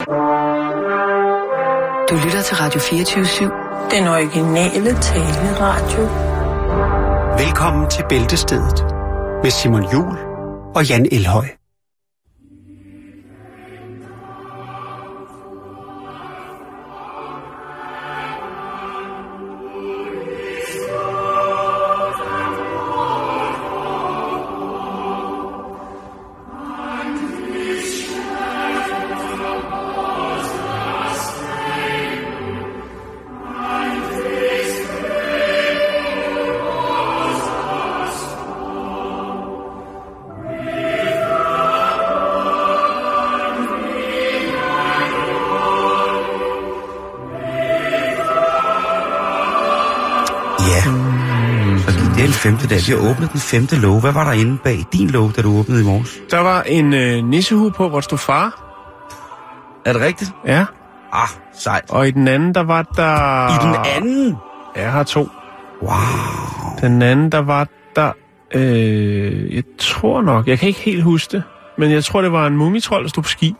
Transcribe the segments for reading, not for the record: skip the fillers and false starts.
Du lytter til Radio 24/7. Den originale taleradio. Velkommen til Bæltestedet med Simon Juhl og Jan Elhøj. Femte dag. Vi har åbnet den 5. låge. Hvad var der inde bag din låge, da du åbnede i morges? Der var en nissehue på, hvor der stod far. Er det rigtigt? Ja. Ah, sejt. Og i den anden, der var der... I den anden? Ja, jeg har 2. Wow. Den anden, der var der... jeg tror nok... Jeg kan ikke helt huske det. Men jeg tror, det var en mumitrold, der stod på ski.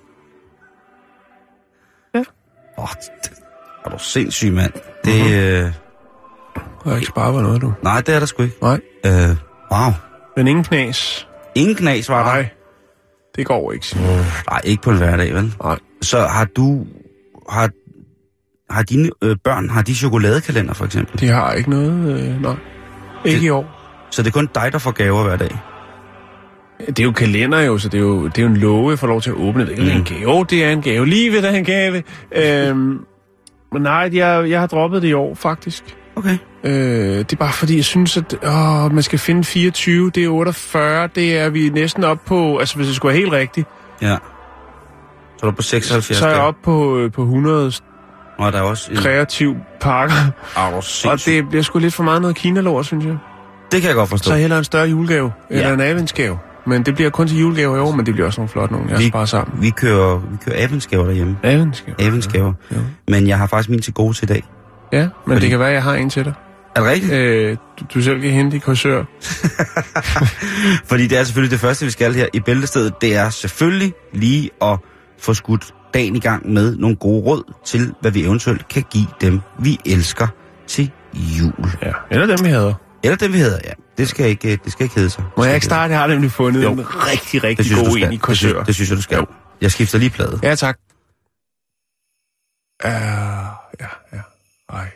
Ja. Er du sindssyg, mand? Det... Jeg har ikke sparet på noget, du. Nej, det er der sgu ikke. Nej. Wow. Men ingen knas. Ingen knas var der? Nej. Det går ikke. Nej, ikke på en hverdag, vel? Nej. Så har du... Har dine børn, har de chokoladekalender, for eksempel? De har ikke noget, nej. Ikke i år. Så det er kun dig, der får gaver hver dag? Det er jo kalender jo, så det er jo en låge, jeg får lov til at åbne. Det er en gave. Jo, det er en gave. Lige ved, der er en gave. Men nej, jeg har droppet det i år, faktisk. Okay. Det er bare fordi, jeg synes, at man skal finde 24, det er 48, det er vi næsten op på, altså hvis det skulle være helt rigtigt. Ja. Så er du på 76. Så er jeg oppe på 100 og der er også en... kreativ pakker. Og det bliver sgu lidt for meget noget Kina-lort, synes jeg. Det kan jeg godt forstå. Så hellere en større julegave, eller en adventsgave. Men det bliver kun til julegave i år, men det bliver også nogle flotte nogle, jeg sparer sammen. Vi kører adventsgaver derhjemme. Adventsgaver. Ja. Men jeg har faktisk min til gode til i dag. Ja, men det kan være, at jeg har en til dig. Er det rigtigt? Du selv kan hente i kursør. Fordi det er selvfølgelig det første, vi skal her i Bæltestedet. Det er selvfølgelig lige at få skudt dagen i gang med nogle gode råd til, hvad vi eventuelt kan give dem, vi elsker til jul. Ja, eller dem, vi hader. Eller dem, vi hader, ja. Det skal ikke hedde sig. Må jeg ikke starte? Jeg har nemlig fundet en rigtig god en i kursør. Det synes jeg, du skal. Jo. Jeg skifter lige plade. Ja, tak. Ja. Ej.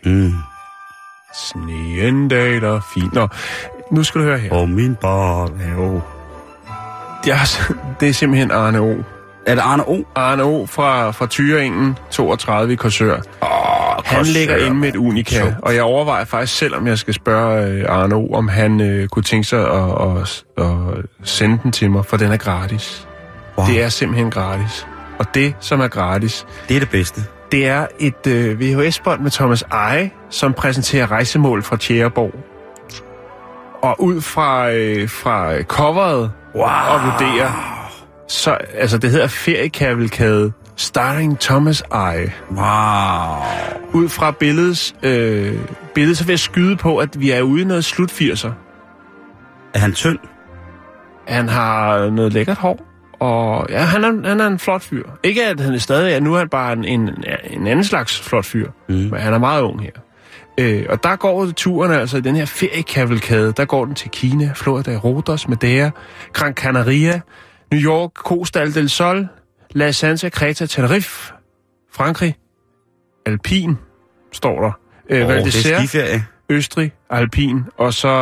Sneen daler fint. Nå, nu skal du høre her. Og min barnehave. Det er simpelthen Arne O. Er det Arne O? Arne O fra Thyringen, 32 i Korsør. Han ligger inde med et unika, og jeg overvejer faktisk selv, om jeg skal spørge Arne O, om han kunne tænke sig at sende den til mig, for den er gratis. Wow. Det er simpelthen gratis. Og det, som er gratis... Det er det bedste. Det er et VHS-bånd med Thomas Eje, som præsenterer rejsemål fra Tjæreborg. Og ud fra coveret og vurderer... Så, altså, det hedder Feriekavalkade starring Thomas Eje. Wow. Ud fra billedet, så vil jeg skyde på, at vi er ude i noget slut 80'er. Er han tynd? Han har noget lækkert hår. Og ja, han er en flot fyr. Ikke at han er stadig, nu er han bare en anden slags flot fyr. Men han er meget ung her. Og der går turen altså i den her feriekavalkade. Der går den til Kina, Florida, Rhodos, Madeira, Gran Canaria, New York, Costa del Sol, La Santa, Creta, Tenerife, Frankrig, Alpin, står der. Val d'Isère, Østrig, Alpin, og så...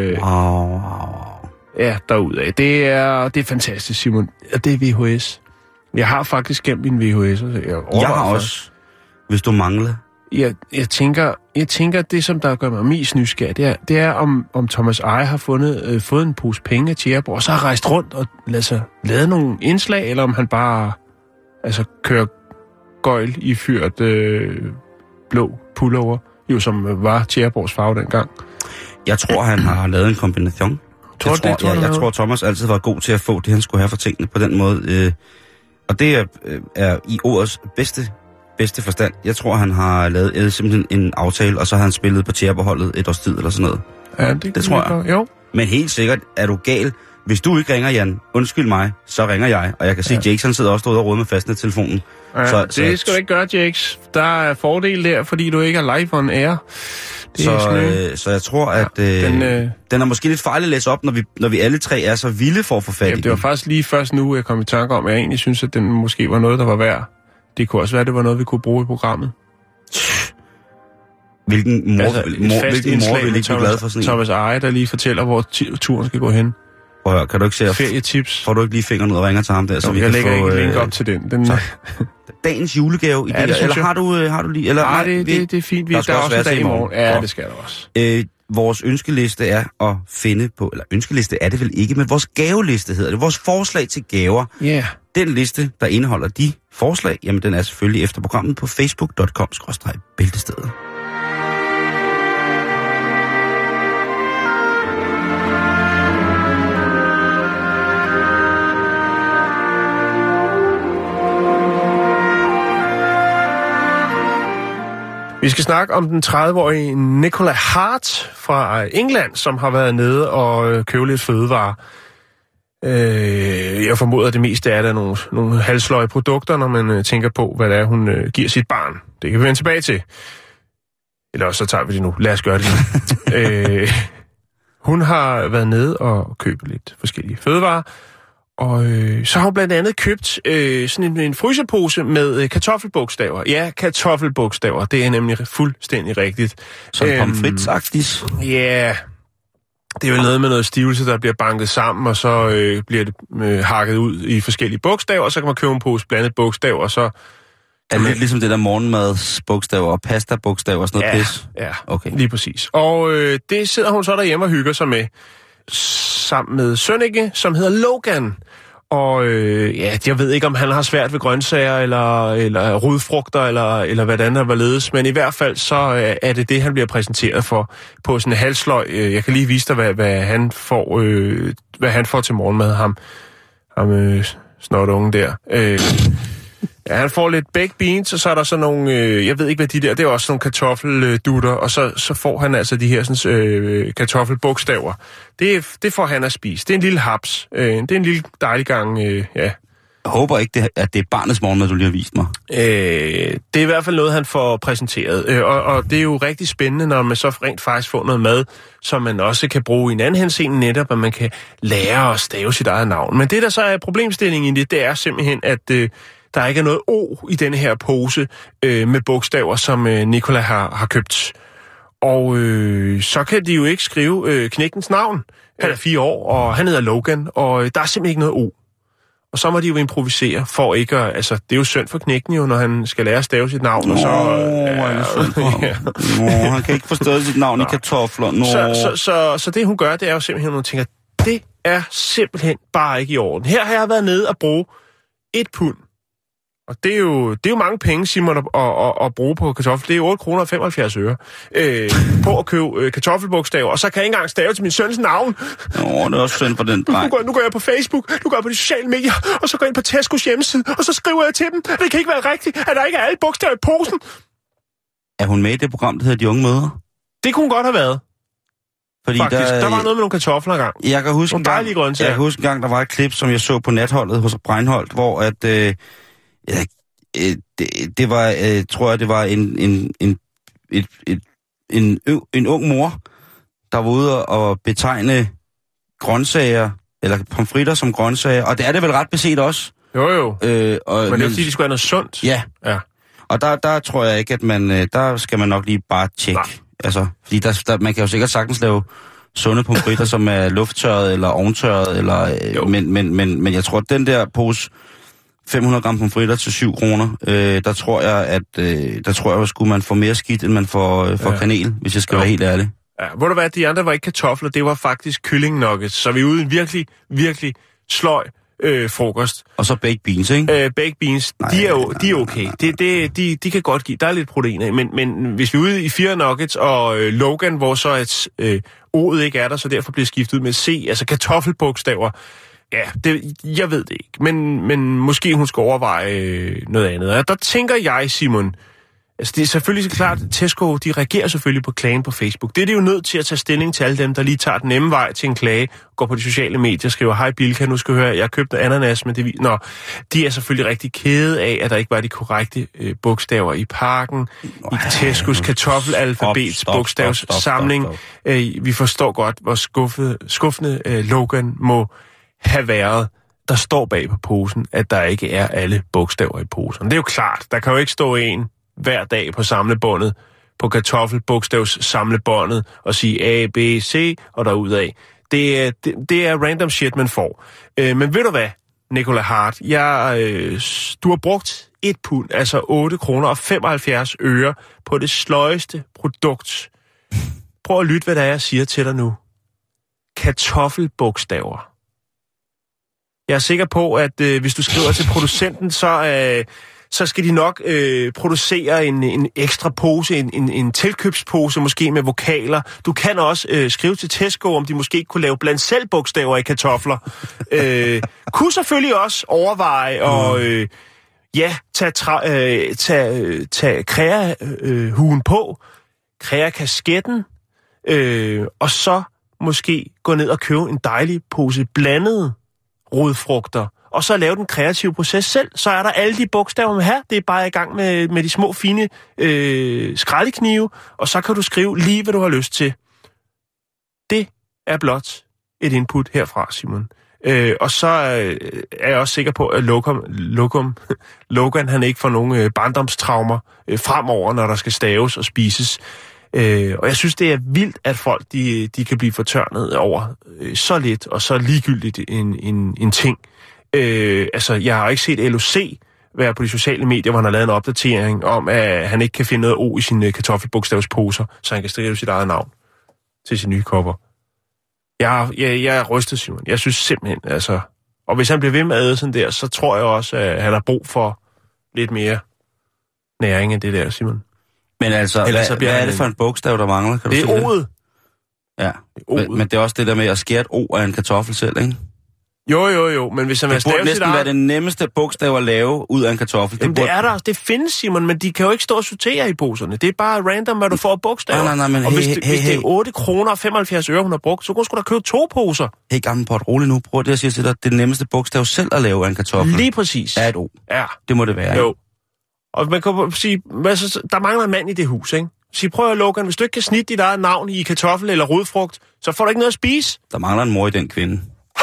Ja, derudad. Det er fantastisk, Simon. Og det er VHS. Jeg har faktisk gemt min VHS. Jeg har også, hvis du mangler. Jeg tænker, det som der gør mig mest nysgerrig, det er om Thomas Eje har fået en pose penge af Tjæreborg, og så har rejst rundt og lavet nogle indslag, eller om han bare kører gøjl i fyrt blå pullover, jo som var Tjæreborgs farve dengang. Jeg tror, han har lavet en kombination. Jeg tror, Thomas altid var god til at få det, han skulle have for tingene på den måde. Og det er i ordets bedste forstand. Jeg tror, han har lavet simpelthen en aftale, og så har han spillet på Tjæreborg-holdet et års tid eller sådan noget. Ja, det tror jeg. Jo. Men helt sikkert er du gal, Hvis du ikke ringer, Jan, undskyld mig, så ringer jeg. Og jeg kan se, at Jakes sidder også derude og råder med fastnettelefonen. Ja, det skal du ikke gøre, Jakes. Der er fordel der, fordi du ikke er live on air. Så jeg tror, at den er måske lidt farlig at læse op, når vi alle tre er så vilde for at få fat i den. Det var faktisk lige først nu, jeg kom i tanke om, at jeg egentlig synes, at den måske var noget, der var værd. Det kunne også være, at det var noget, vi kunne bruge i programmet. Hvilken mor vil ikke blive glad for sådan en? Thomas Eje, der lige fortæller, hvor turen skal gå hen. Prøv at høre, kan du ikke se... Ferietips. Får du ikke lige fingeren ud og ringer til ham der, så vi kan få... Jeg lægger ikke link op til den. Dagens julegave i det, eller har du lige... Eller, nej, det er fint. Der er også en dag i morgen. Ja, det skal der også. Vores ønskeliste er at finde på... Eller ønskeliste er det vel ikke, men vores gaveliste hedder det. Vores forslag til gaver. Yeah. Den liste, der indeholder de forslag, jamen den er selvfølgelig efter programmet på facebook.com/bæltestedet. Vi skal snakke om den 30-årige Nicola Hart fra England, som har været nede og købe lidt fødevarer. Jeg formoder, at det meste er der nogle halsløje produkter, når man tænker på, hvad det er, hun giver sit barn. Det kan vi vende tilbage til. Eller også så tager vi det nu. Lad os gøre det. Hun har været nede og købt lidt forskellige fødevarer. Og så har hun blandt andet købt sådan en frysepose med kartoffelbogstaver. Ja, kartoffelbogstaver. Det er nemlig fuldstændig rigtigt. Som pomfritsagtigt? Ja, det er vel noget med noget stivelse, der bliver banket sammen, og så bliver det hakket ud i forskellige bogstaver, og så kan man købe en pose blandet bogstaver, og så... Er det lidt ligesom det der morgenmadsbogstaver og pasta-bogstaver og sådan noget pis? Ja, okay. Lige præcis. Og det sidder hun så derhjemme og hygger sig med, sammen med Sønneke, som hedder Logan. Og jeg ved ikke, om han har svært ved grøntsager, eller rodfrugter, eller hvordan der var ledes, men i hvert fald så er det, han bliver præsenteret for på sådan en halsløg. Jeg kan lige vise dig, hvad han får til morgenmad, ham snot unge der. Ja, han får lidt baked beans, og så er der sådan nogle, jeg ved ikke hvad de der, det er også sådan nogle kartoffeldutter, og så får han altså de her sådan, kartoffelbogstaver. Det får han at spise. Det er en lille haps. Det er en lille dejlig gang, ja. Jeg håber ikke, at det er barnets morgenmad, du lige har vist mig. Det er i hvert fald noget, han får præsenteret. Og det er jo rigtig spændende, når man så rent faktisk får noget mad, som man også kan bruge i en anden henseende netop, at man kan lære at stave sit eget navn. Men det, der så er problemstillingen i det er simpelthen, at der ikke er noget O i denne her pose med bogstaver, som Nicola har købt. Og så kan de jo ikke skrive knægtens navn. Han er 4 år, og han hedder Logan, og der er simpelthen ikke noget O. Og så må de jo improvisere for ikke at... Altså, det er jo synd for knægten jo, når han skal lære at stave sit navn, og så... Han kan ikke forstå sit navn i kartofler. Så det, hun gør, det er jo simpelthen, at hun tænker, det er simpelthen bare ikke i orden. Her har jeg været nede og bruge 1 pund. Og det er jo mange penge, Simon, at bruge på kartoffel. Det er 8,75 kroner på at købe kartoffelbogstaver. Og så kan jeg ikke engang stave til min søns navn. Det er også synd for den dreng. Nu går jeg på Facebook, nu går jeg på de sociale medier, og så går jeg ind på Tescos hjemmeside, og så skriver jeg til dem. Det kan ikke være rigtigt, at der ikke er alle bogstaver i posen. Er hun med i det program, der hedder De Unge Mødre? Det kunne hun godt have været. Fordi faktisk, der var noget med nogle kartofler engang. Jeg kan huske en gang, der var et klip, som jeg så på natholdet hos Breinholt, hvor at... det var, tror jeg, det var en ung mor, der var ude og betegne grøntsager, eller pomfritter som grøntsager, og det er det vel ret beset også. Jo. Men det er fordi, de skulle have noget sundt. Ja. Og der tror jeg ikke, at der skal man nok lige bare tjekke. Nej. Altså, fordi man kan jo sikkert sagtens lave sunde pomfritter, som er lufttørret eller ovntørret, eller, men jeg tror, at den der pose 500 gram pomfritter til 7 kroner, der tror jeg, at skulle man få mere skidt, end man får kanel, hvis jeg skal være helt ærlig. Ja, hvor der var, de andre var ikke kartofler, det var faktisk kylling nuggets, så vi er ude i en virkelig, virkelig sløj frokost. Og så baked beans, ikke? Baked beans, de er okay. De kan godt give, der er lidt protein af, men hvis vi er ude i 4 nuggets og Logan, hvor så et O'et ikke er der, så derfor bliver skiftet ud med C, altså kartoffelbogstaver. Ja, jeg ved det ikke, men måske hun skal overveje noget andet. Og der tænker jeg, Simon, Altså, det er selvfølgelig klart, at Tesco, de reagerer selvfølgelig på klagen på Facebook. Det er de jo nødt til at tage stilling til alle dem, der lige tager den nemme vej til en klage, går på de sociale medier, skriver, hej Bilka, nu skal du høre, jeg har købt ananas, men det de er selvfølgelig rigtig kede af, at der ikke var de korrekte bogstaver i pakken, i Tescos kartoffelalfabets bogstavssamling. Vi forstår godt, hvor skuffende Logan må have været. Der står bag på posen, at der ikke er alle bogstaver i posen. Det er jo klart, der kan jo ikke stå en hver dag på samlebåndet, på kartoffelbogstavssamlebåndet, og sige A, B, C, og derudad. Det er random shit, man får. Men ved du hvad, Nicola Hart? Du har brugt 1 pund, altså 8 kroner og 75 øre på det sløjeste produkt. Prøv at lytte, hvad der er, jeg siger til dig nu. Kartoffelbogstaver. Jeg er sikker på, at hvis du skriver til producenten, så skal de nok producere en ekstra pose, en tilkøbspose måske med vokaler. Du kan også skrive til Tesco, om de måske kunne lave blandt selv bogstaver i kartofler. Kunne selvfølgelig også overveje at tage Krea-huen på, Krea-kasketten, og så måske gå ned og købe en dejlig pose blandede rodfrugter, og så lave den kreative proces selv. Så er der alle de bogstaver med her. Det er bare i gang med de små, fine skraldeknive, og så kan du skrive lige, hvad du har lyst til. Det er blot et input herfra, Simon. Og så er jeg også sikker på, at Logan han ikke får nogen barndomstraumer fremover, når der skal staves og spises. Og jeg synes, det er vildt, at folk de kan blive fortørnet over så lidt og så ligegyldigt en ting. Jeg har ikke set LOC være på de sociale medier, hvor han har lavet en opdatering om, at han ikke kan finde noget O i sine kartoffelbogstavsposer, så han kan skrive sit eget navn til sin nye kopper. Jeg er rystet, Simon. Jeg synes simpelthen, og hvis han bliver ved med at æde sådan der, så tror jeg også, at han har brug for lidt mere næring end det der, Simon. Men hvad er det for en bogstav, der mangler? Kan det er O'et. Ja, men det er også det der med at skære et O af en kartoffel selv, ikke? Jo, men hvis han vil stave sit eget... Det burde næsten være det nemmeste bogstav at lave ud af en kartoffel. Jamen, det er der også. Det findes, Simon, men de kan jo ikke stå og sortere i poserne. Det er bare random, hvad du får af bogstaver. Nej, men og hvis det er 8 kroner og 75 øre, hun har brugt, så kunne du da købe 2 poser. Hey, gammel pot, rolig nu. Prøv det at sige til dig, det nemmeste bogstav selv at lave af en kartoffel. Lige præcis. Er et O. Ja. Det må det være, jo. Og man kan sige, der mangler en mand i det hus, ikke? Sige, prøv at Logan, hvis du ikke kan snitte dit eget navn i kartoffel eller rodfrugt, så får du ikke noget at spise. Der mangler en mor i den kvinde.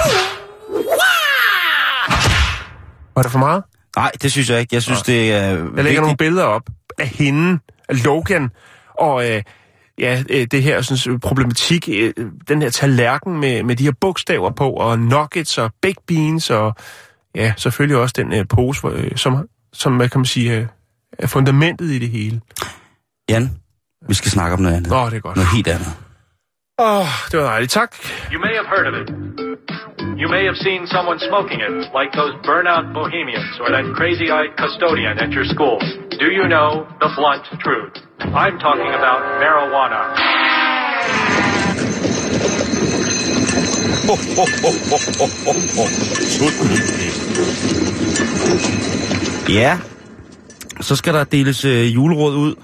Var det for meget? Nej, det synes jeg ikke. Jeg synes, det er Jeg lægger nogle billeder op af hende, af Logan, og det her sådan, problematik, den her tallerken med de her bogstaver på, og nuggets og baked beans, og ja, selvfølgelig også den pose, som hvad kan man sige, er fundamentet i det hele. Jan, vi skal snakke om noget andet. Det er godt. Noget helt andet. Det var dejligt. Tak. You may have heard of it. You may have seen someone smoking it, like those burnout bohemians or that crazy-eyed custodian at your school. Do you know the blunt truth? I'm talking about marijuana. Ja, så skal der deles juleråd ud.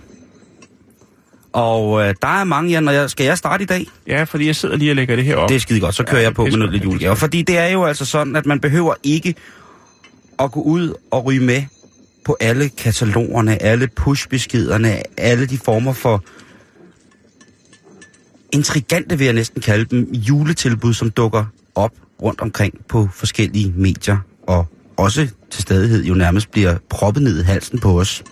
Og der er mange, Jan, og skal jeg starte i dag? Ja, fordi jeg sidder lige og lægger det her op. Det er skide godt, så kører jeg på med noget lidt julegaver. Fordi det er jo altså sådan, at man behøver ikke at gå ud og ryge med på alle katalogerne, alle pushbeskederne, alle de former for intrigante, vil jeg næsten kalde dem, juletilbud, som dukker op rundt omkring på forskellige medier, og også til stadighed jo nærmest bliver proppet ned i halsen på os.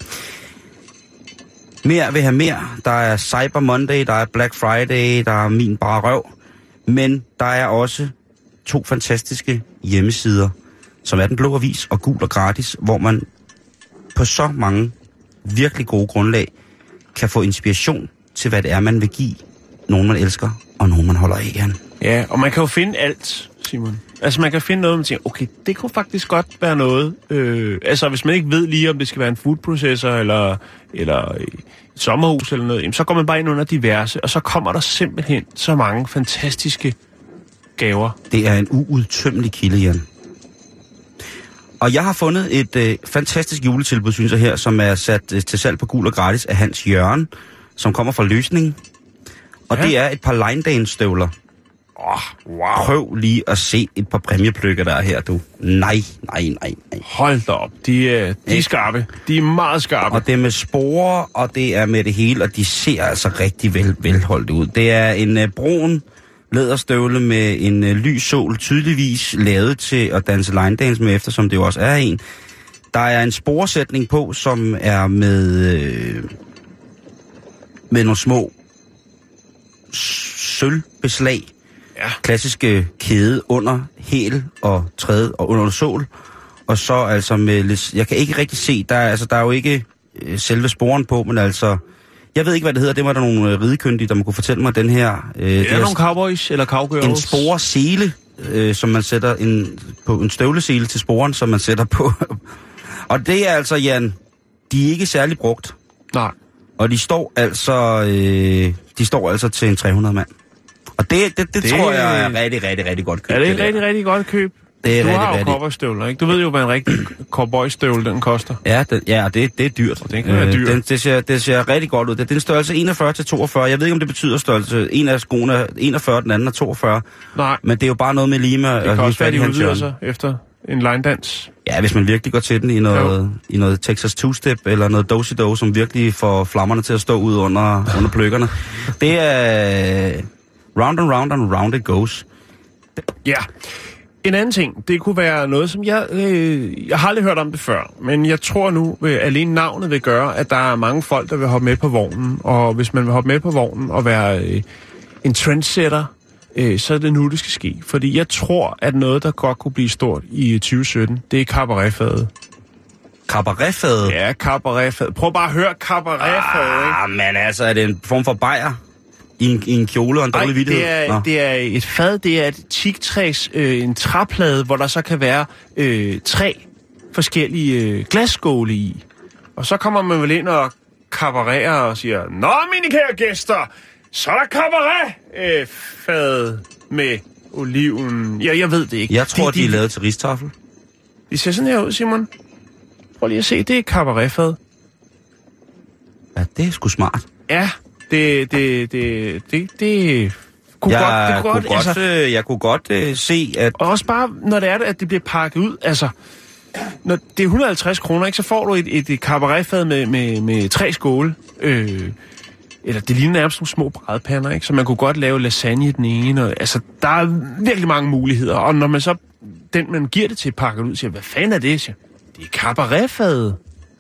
Mere vil have mere. Der er Cyber Monday, der er Black Friday, der er Min Bare Røv. Men der er også 2 fantastiske hjemmesider, som er Den Blå Avis og Gul og Gratis, hvor man på så mange virkelig gode grundlag kan få inspiration til, hvad det er, man vil give nogen, man elsker, og nogen, man holder af igen. Ja, og man kan jo finde alt, Simon. Altså, man kan finde noget, man tænker, okay, det kunne faktisk godt være noget. Hvis man ikke ved lige, om det skal være en foodprocessor, eller et sommerhus, eller noget, så går man bare ind under diverse, og så kommer der simpelthen så mange fantastiske gaver. Det er en uudtømmelig kilde, Jan. Og jeg har fundet et fantastisk juletilbud, synes jeg her, som er sat til salg på Gul og Gratis af Hans Jørgen, som kommer fra Løsning. Og det er et par line-dance-støvler. Wow. Prøv lige at se et par præmiepløkker, der er her, du. Nej. Hold da op. De er skarpe. De er meget skarpe. Og det er med sporer, og det er med det hele, og de ser altså rigtig velholdt ud. Det er en brun læderstøvle med en lys sål, tydeligvis lavet til at danse line dance med, eftersom det jo også er en. Der er en sporesætning på, som er med nogle små sølvbeslag. Ja. Klassiske kæde under hæl og træde og under sål. Og så altså med lidt, jeg kan ikke rigtig se, der er jo ikke selve sporen på, men altså, jeg ved ikke, hvad det hedder. Det var der nogle ridekyndige, der må kunne fortælle mig den her. Det er nogle cowboys eller cowgirls. En sporesele, som man sætter på en støvlesele til sporen, som man sætter på. Og det er altså, Jan, de er ikke særlig brugt. Nej. Og de står altså til en 300 mand. Og det tror jeg er rigtig godt køb. Ja, det er rigtig godt køb. Det er du har jo cowboystøvler, ikke? Du ved jo, hvad en rigtig cowboystøvle den koster. Ja, det er dyrt. Og den kan være dyrt. Det ser rigtig godt ud. Det er en størrelse 41 til 42. Jeg ved ikke, om det betyder størrelse. En af skoene er 41, den anden er 42. Nej. Men det er jo bare noget med lima. Det kan også være, de udvider sig efter en line-dans. Ja, hvis man virkelig går til den i noget Texas Two-Step eller noget Do-Si-Do, som virkelig får flammerne til at stå ud under pløkkerne. Det er round and round and round it goes. Ja. En anden ting, det kunne være noget, som jeg har aldrig hørt om det før, men jeg tror nu, alene navnet vil gøre, at der er mange folk, der vil hoppe med på vognen, og hvis man vil hoppe med på vognen og være en trendsetter, så er det nu, det skal ske. Fordi jeg tror, at noget, der godt kunne blive stort i 2017, det er cabaretfadet. Cabaretfadet? Ja, cabaretfadet. Prøv bare at høre cabaretfadet, ikke? Men altså, er det en form for bajer? I en kjole og en dårlig vittighed? Det er et fad, det er et teaktræs, en træplade, hvor der så kan være 3 forskellige glasskåle i. Og så kommer man vel ind og cabareter og siger, nå, mine kære gæster, så er der cabaret-fad med oliven. Ja, jeg ved det ikke. Jeg tror, de er lavet til ristaffel. De ser sådan her ud, Simon. Prøv lige at se, det er cabaret-fad. Ja, det er sgu smart. Ja, det kunne jeg kunne godt se, at... Og også bare, når det er, at det bliver pakket ud, altså... Når det er 150 kroner, ikke, så får du et cabaretfad med 3 skåle. Eller det ligner nærmest nogle små brædpander, ikke? Så man kunne godt lave lasagne i den ene. Og, altså, der er virkelig mange muligheder. Og når man så... Den, man giver det til, pakker ud, siger, hvad fanden er det? Siger, det er cabaretfadet.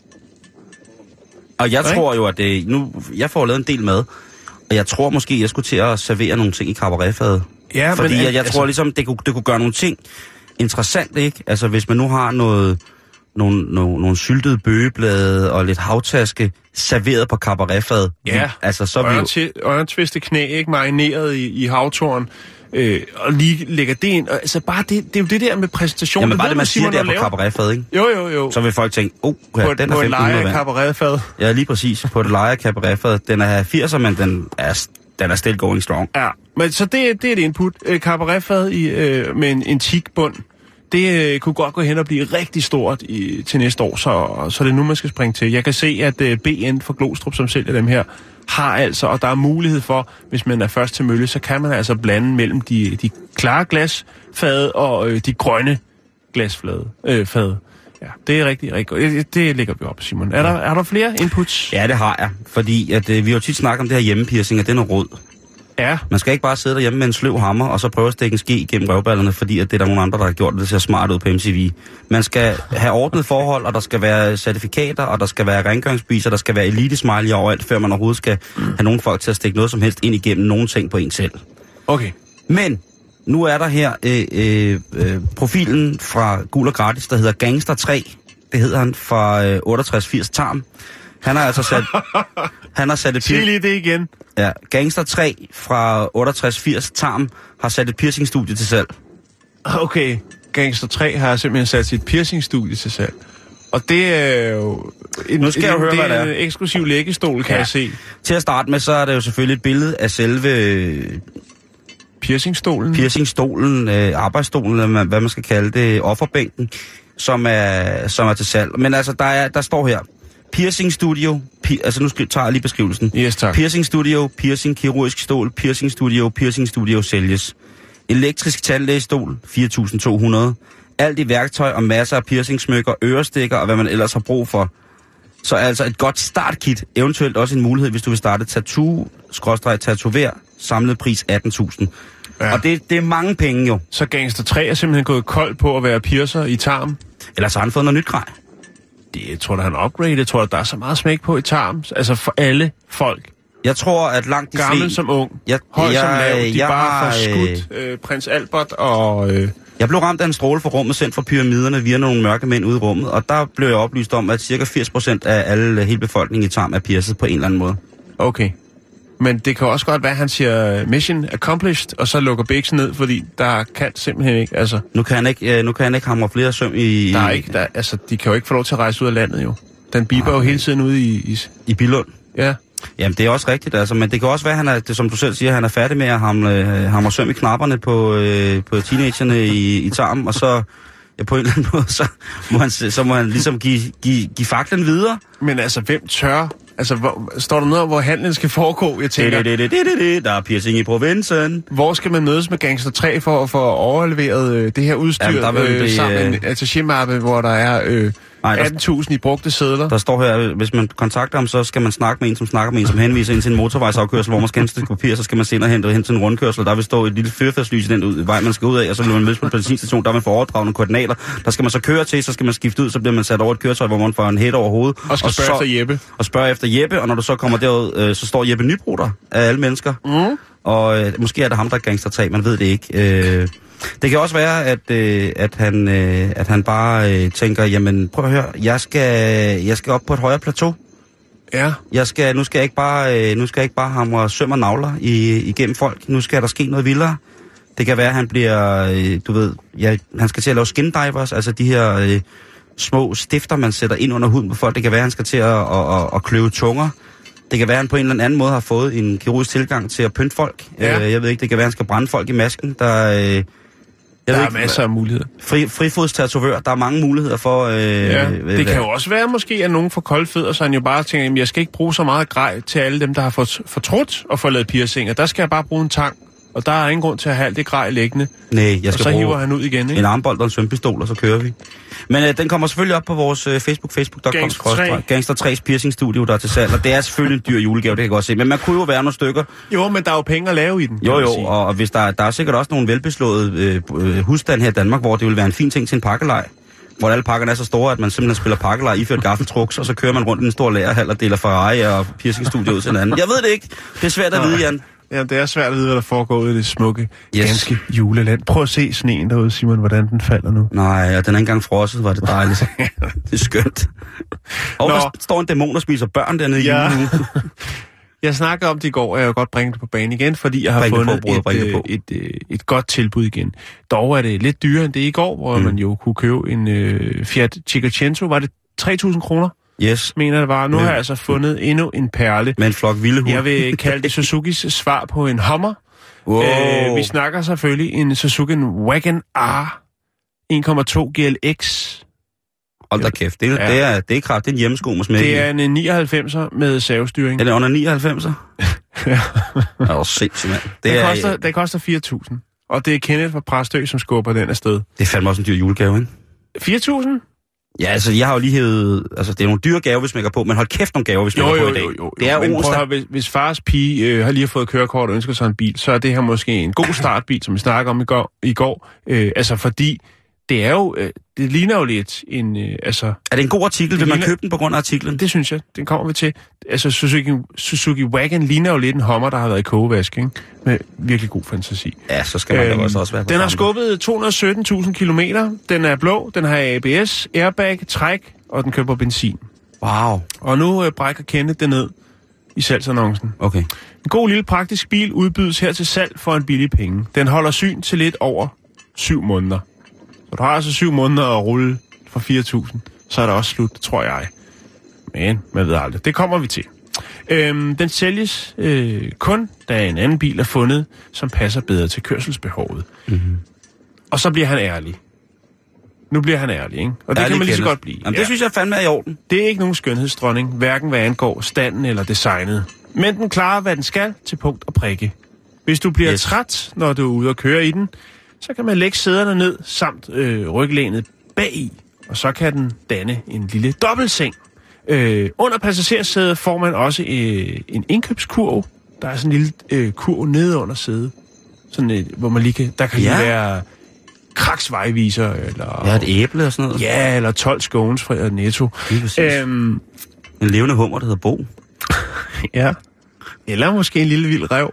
Og jeg tror jo, at det... Nu, jeg får lavet en del mad, og jeg tror måske, jeg skulle til at servere nogle ting i cabaretfadet. Ja, fordi men, jeg tror ligesom, det kunne gøre nogle ting interessant, ikke? Altså, hvis man nu har nogle syltede bøgeblade og lidt havtaske serveret på cabaretfad. Ja, altså, så ørentviste knæ, ikke? Marineret i havtorn. Og lige lægger det ind. Altså bare det er jo det der med præsentation. Jamen bare det, man siger der på cabaretfad, ikke? Jo. Så vil folk tænke, ja, den er 1500 på et leje cabaretfad. Ja, lige præcis. På et leje cabaretfad. Den er 80'er, men den er still going strong. Ja, men så det er et input. Cabaretfad med en teakbund. Det kunne godt gå hen og blive rigtig stort til næste år, så det er nu, man skal springe til. Jeg kan se, at BN for Glostrup, som sælger dem her, har altså, og der er mulighed for, hvis man er først til mølle, så kan man altså blande mellem de klare glasfade og de grønne glasfade. Ja, det er rigtig godt. Det lægger vi op, Simon. Er der flere inputs? Ja, det har jeg. Fordi at, vi har jo tit snakket om det her hjemmepiercing, og det er noget råd. Ja. Man skal ikke bare sidde derhjemme med en sløv hammer, og så prøve at stikke en ske igennem røvballerne, fordi at det er der nogle andre, der har gjort det. Det ser smart ud på MTV. Man skal have ordnet forhold, og der skal være certifikater, og der skal være rengøringsbeviser, der skal være elite-smiley overalt, før man overhovedet skal have nogle folk til at stikke noget som helst ind igennem nogen ting på en selv. Okay. Men nu er der her profilen fra Gul og Gratis, der hedder Gangster 3. Det hedder han fra 6880 Tarm. Han har altså sat et sig lige det igen. Ja, Gangster 3 fra 6880 Tarm har sat et piercingstudie til salg. Okay, Gangster 3 har simpelthen sat sit piercingstudie til salg. Og det er jo en eksklusiv læggestol, kan jeg se. Til at starte med, så er der jo selvfølgelig et billede af selve piercingstolen, arbejdsstolen, hvad man skal kalde det, offerbænken. som er til salg. Men altså, der står her, piercing studio, altså nu tager jeg lige beskrivelsen. Yes, tak. Piercing studio, piercing kirurgisk stål, piercing studio sælges. Elektrisk tandlægestol, 4.200. Alt i værktøj og masser af piercingsmykker, ørestikker og hvad man ellers har brug for. Så altså et godt startkit, eventuelt også en mulighed, hvis du vil starte tattoo/tatover, samlet pris 18.000. Ja. Og det er mange penge jo. Så Gangster 3 er simpelthen gået kold på at være piercer i tarm? Eller så har han fået noget nyt grej. Det tror jeg, han upgrade. Jeg tror, der er så meget smæk på i tarm. Altså for alle folk. Jeg tror, at langt de fleste... Gammel som ung, høj som lav, de bare får skudt prins Albert og... Jeg blev ramt af en stråle fra rummet, sendt fra pyramiderne via nogle mørke mænd ude i rummet, og der blev jeg oplyst om, at ca. 80% af hele befolkningen i tarm er piercet på en eller anden måde. Okay. Men det kan også godt være, at han siger mission accomplished, og så lukker Bixen ned, fordi der kan simpelthen ikke, altså... Nu kan han ikke hamre flere søm i... Altså, de kan jo ikke få lov til at rejse ud af landet, jo. Den biber jo hele tiden ude i Billund. Ja. Jamen, det er også rigtigt, altså, men det kan også være, han er, det, som du selv siger, han er færdig med at hamre søm i knapperne på teenagerne i tarmen, og så... Ja, på en eller anden måde, så må han ligesom give faklen videre. Men altså, hvem tør? Altså, står der noget om, hvor handlen skal foregå? Jeg tænker... Der er piercing i provinsen. Hvor skal man mødes med Gangster 3 for at få overleveret det her udstyr sammen med en attaché-mappe, hvor der er 18.000 i brugte sedler? Der står her, hvis man kontakter ham, så skal man snakke med en, som snakker med en, som henviser ind til en motorvejsafkørsel, hvor man skal hente papir, så skal man senere hen til en rundkørsel, der vil stå et lille førfærdslys i den vej, man skal ud af, og så vil man mødes på en benzinstation, der vil man få overdragende koordinater. Der skal man så køre til, så skal man skifte ud, så bliver man sat over et køretøj, hvor man får en hæt over hovedet. Og spørge efter Jeppe, og når du så kommer derud, så står Jeppe Nybro der af alle mennesker. Mm. Og måske er det ham, der er Gangster 3, man ved det ikke. Det kan også være, at han bare tænker, jamen prøv at høre, jeg skal op på et højere plateau. Ja. Nu skal jeg ikke bare hamre søm og navler igennem folk. Nu skal der ske noget vildere. Det kan være, at han bliver, han skal til at lave skin divers, altså de her små stifter, man sætter ind under huden på folk. Det kan være, at han skal til at kløve tunger. Det kan være, at han på en eller anden måde har fået en kirurgisk tilgang til at pynte folk. Ja. Jeg ved ikke, det kan være, at han skal brænde folk i masken. Der er masser af muligheder. Frifodstatovør, der er mange muligheder for... det kan jo også være måske, at nogen får kolde fødder, så han jo bare tænker, at jeg skal ikke bruge så meget grej til alle dem, der har fortrudt og fået lavet piercinger. Der skal jeg bare bruge en tang, og der er ingen grund til at have alt det grej liggende. Nej, jeg skal og så hiver han ud igen, ikke? En armbold og en svømpistol, og så kører vi. Men den kommer selvfølgelig op på vores facebook.com. Gangster 3's piercing studio, der er til salg, og det er selvfølgelig en dyr julegave, det kan jeg godt se. Men man kunne jo være nogle stykker. Jo, men der er jo penge at lave i den. Jo, og hvis der er sikkert også nogle velbeslåede husstand her i Danmark, hvor det vil være en fin ting til en pakkelej. Hvor alle pakkerne er så store, at man simpelthen spiller pakkelej, iført gaffeltruks, og så kører man rundt i en stor lagerhal og deler Ferrari og piercingstudio ud til hinanden. Jeg ved det ikke. Det er svært at vide, Jan. Ja, det er svært at vide, hvad der foregår ude i det smukke, ganske juleland. Prøv at se sneen derude, Simon, hvordan den falder nu. Nej, og den er ikke engang frosset, var det dejligt. Det er skønt. Og der står en dæmon og spiser børn dernede i julen. Jeg snakkede om det i går, og jeg vil godt bringe det på banen igen, fordi jeg har fundet et godt tilbud igen. Dog er det lidt dyrere end det i går, hvor man jo kunne købe en Fiat Cinquecento. Var det 3.000 kroner? Yes. Mener det var. Nu har jeg altså fundet endnu en perle. Med en flok vilde hund. Jeg vil kalde det Suzukis svar på en Hummer. Wow. Vi snakker selvfølgelig en Suzuki Wagon R 1,2 GLX. Hold da kæft. Det er kraft. Det er en hjemmesko med smæk. Det er en 99'er med savestyring. Er det under 99'er? Ja. Det er også sindssygt, mand. Det koster 4.000. Og det er Kenneth fra Præstø, som skubber den afsted. Det er fandme også en dyr julegave, ikke? 4.000? Ja, altså, jeg har jo lige hævet... Altså, det er nogle dyre gaver, vi smækker på, men hold kæft nogle gaver, vi smækker på i dag. Jo. Det er onsdag. Hvis fars pige har lige fået kørekort og ønsker sig en bil, så er det her måske en god startbil, som vi snakker om i går. Altså, fordi det er jo... det ligner jo lidt en... Er det en god artikel? Vil man købe den på grund af artiklen? Det synes jeg. Den kommer vi til. Altså, Suzuki Wagon ligner jo lidt en Hummer, der har været i kogevask, ikke? Med virkelig god fantasi. Ja, så skal man jo også være på. Den har skubbet 217.000 kilometer. Den er blå, den har ABS, airbag, træk, og den kører på benzin. Wow. Og nu brækker Kenneth det ned i salgsannoncen. Okay. En god lille praktisk bil udbydes her til salg for en billig penge. Den holder syn til lidt over 7 måneder. Så du har altså 7 måneder at rulle for 4.000, så er det også slut, tror jeg. Men man ved aldrig. Det kommer vi til. Den sælges kun, da en anden bil er fundet, som passer bedre til kørselsbehovet. Mm-hmm. Og så bliver han ærlig. Nu bliver han ærlig, ikke? Og det kan man lige så godt blive. Jamen, det synes jeg fandme er i orden. Det er ikke nogen skønhedsdronning, hverken hvad angår standen eller designet. Men den klarer, hvad den skal, til punkt og prikke. Hvis du bliver træt, når du er ude og køre i den, så kan man lægge sæderne ned, samt ryglænet bagi. Og så kan den danne en lille dobbeltseng. Under passagersædet får man også en indkøbskurv. Der er sådan en lille kurv nede under sædet. Sådan hvor man lige kan... Der kan lige være kraksvejviser, eller... Ja, et æble og sådan noget. Ja, eller 12 scones fra Netto. En levende hummer, der hedder Bo. Ja. Eller måske en lille vild ræv.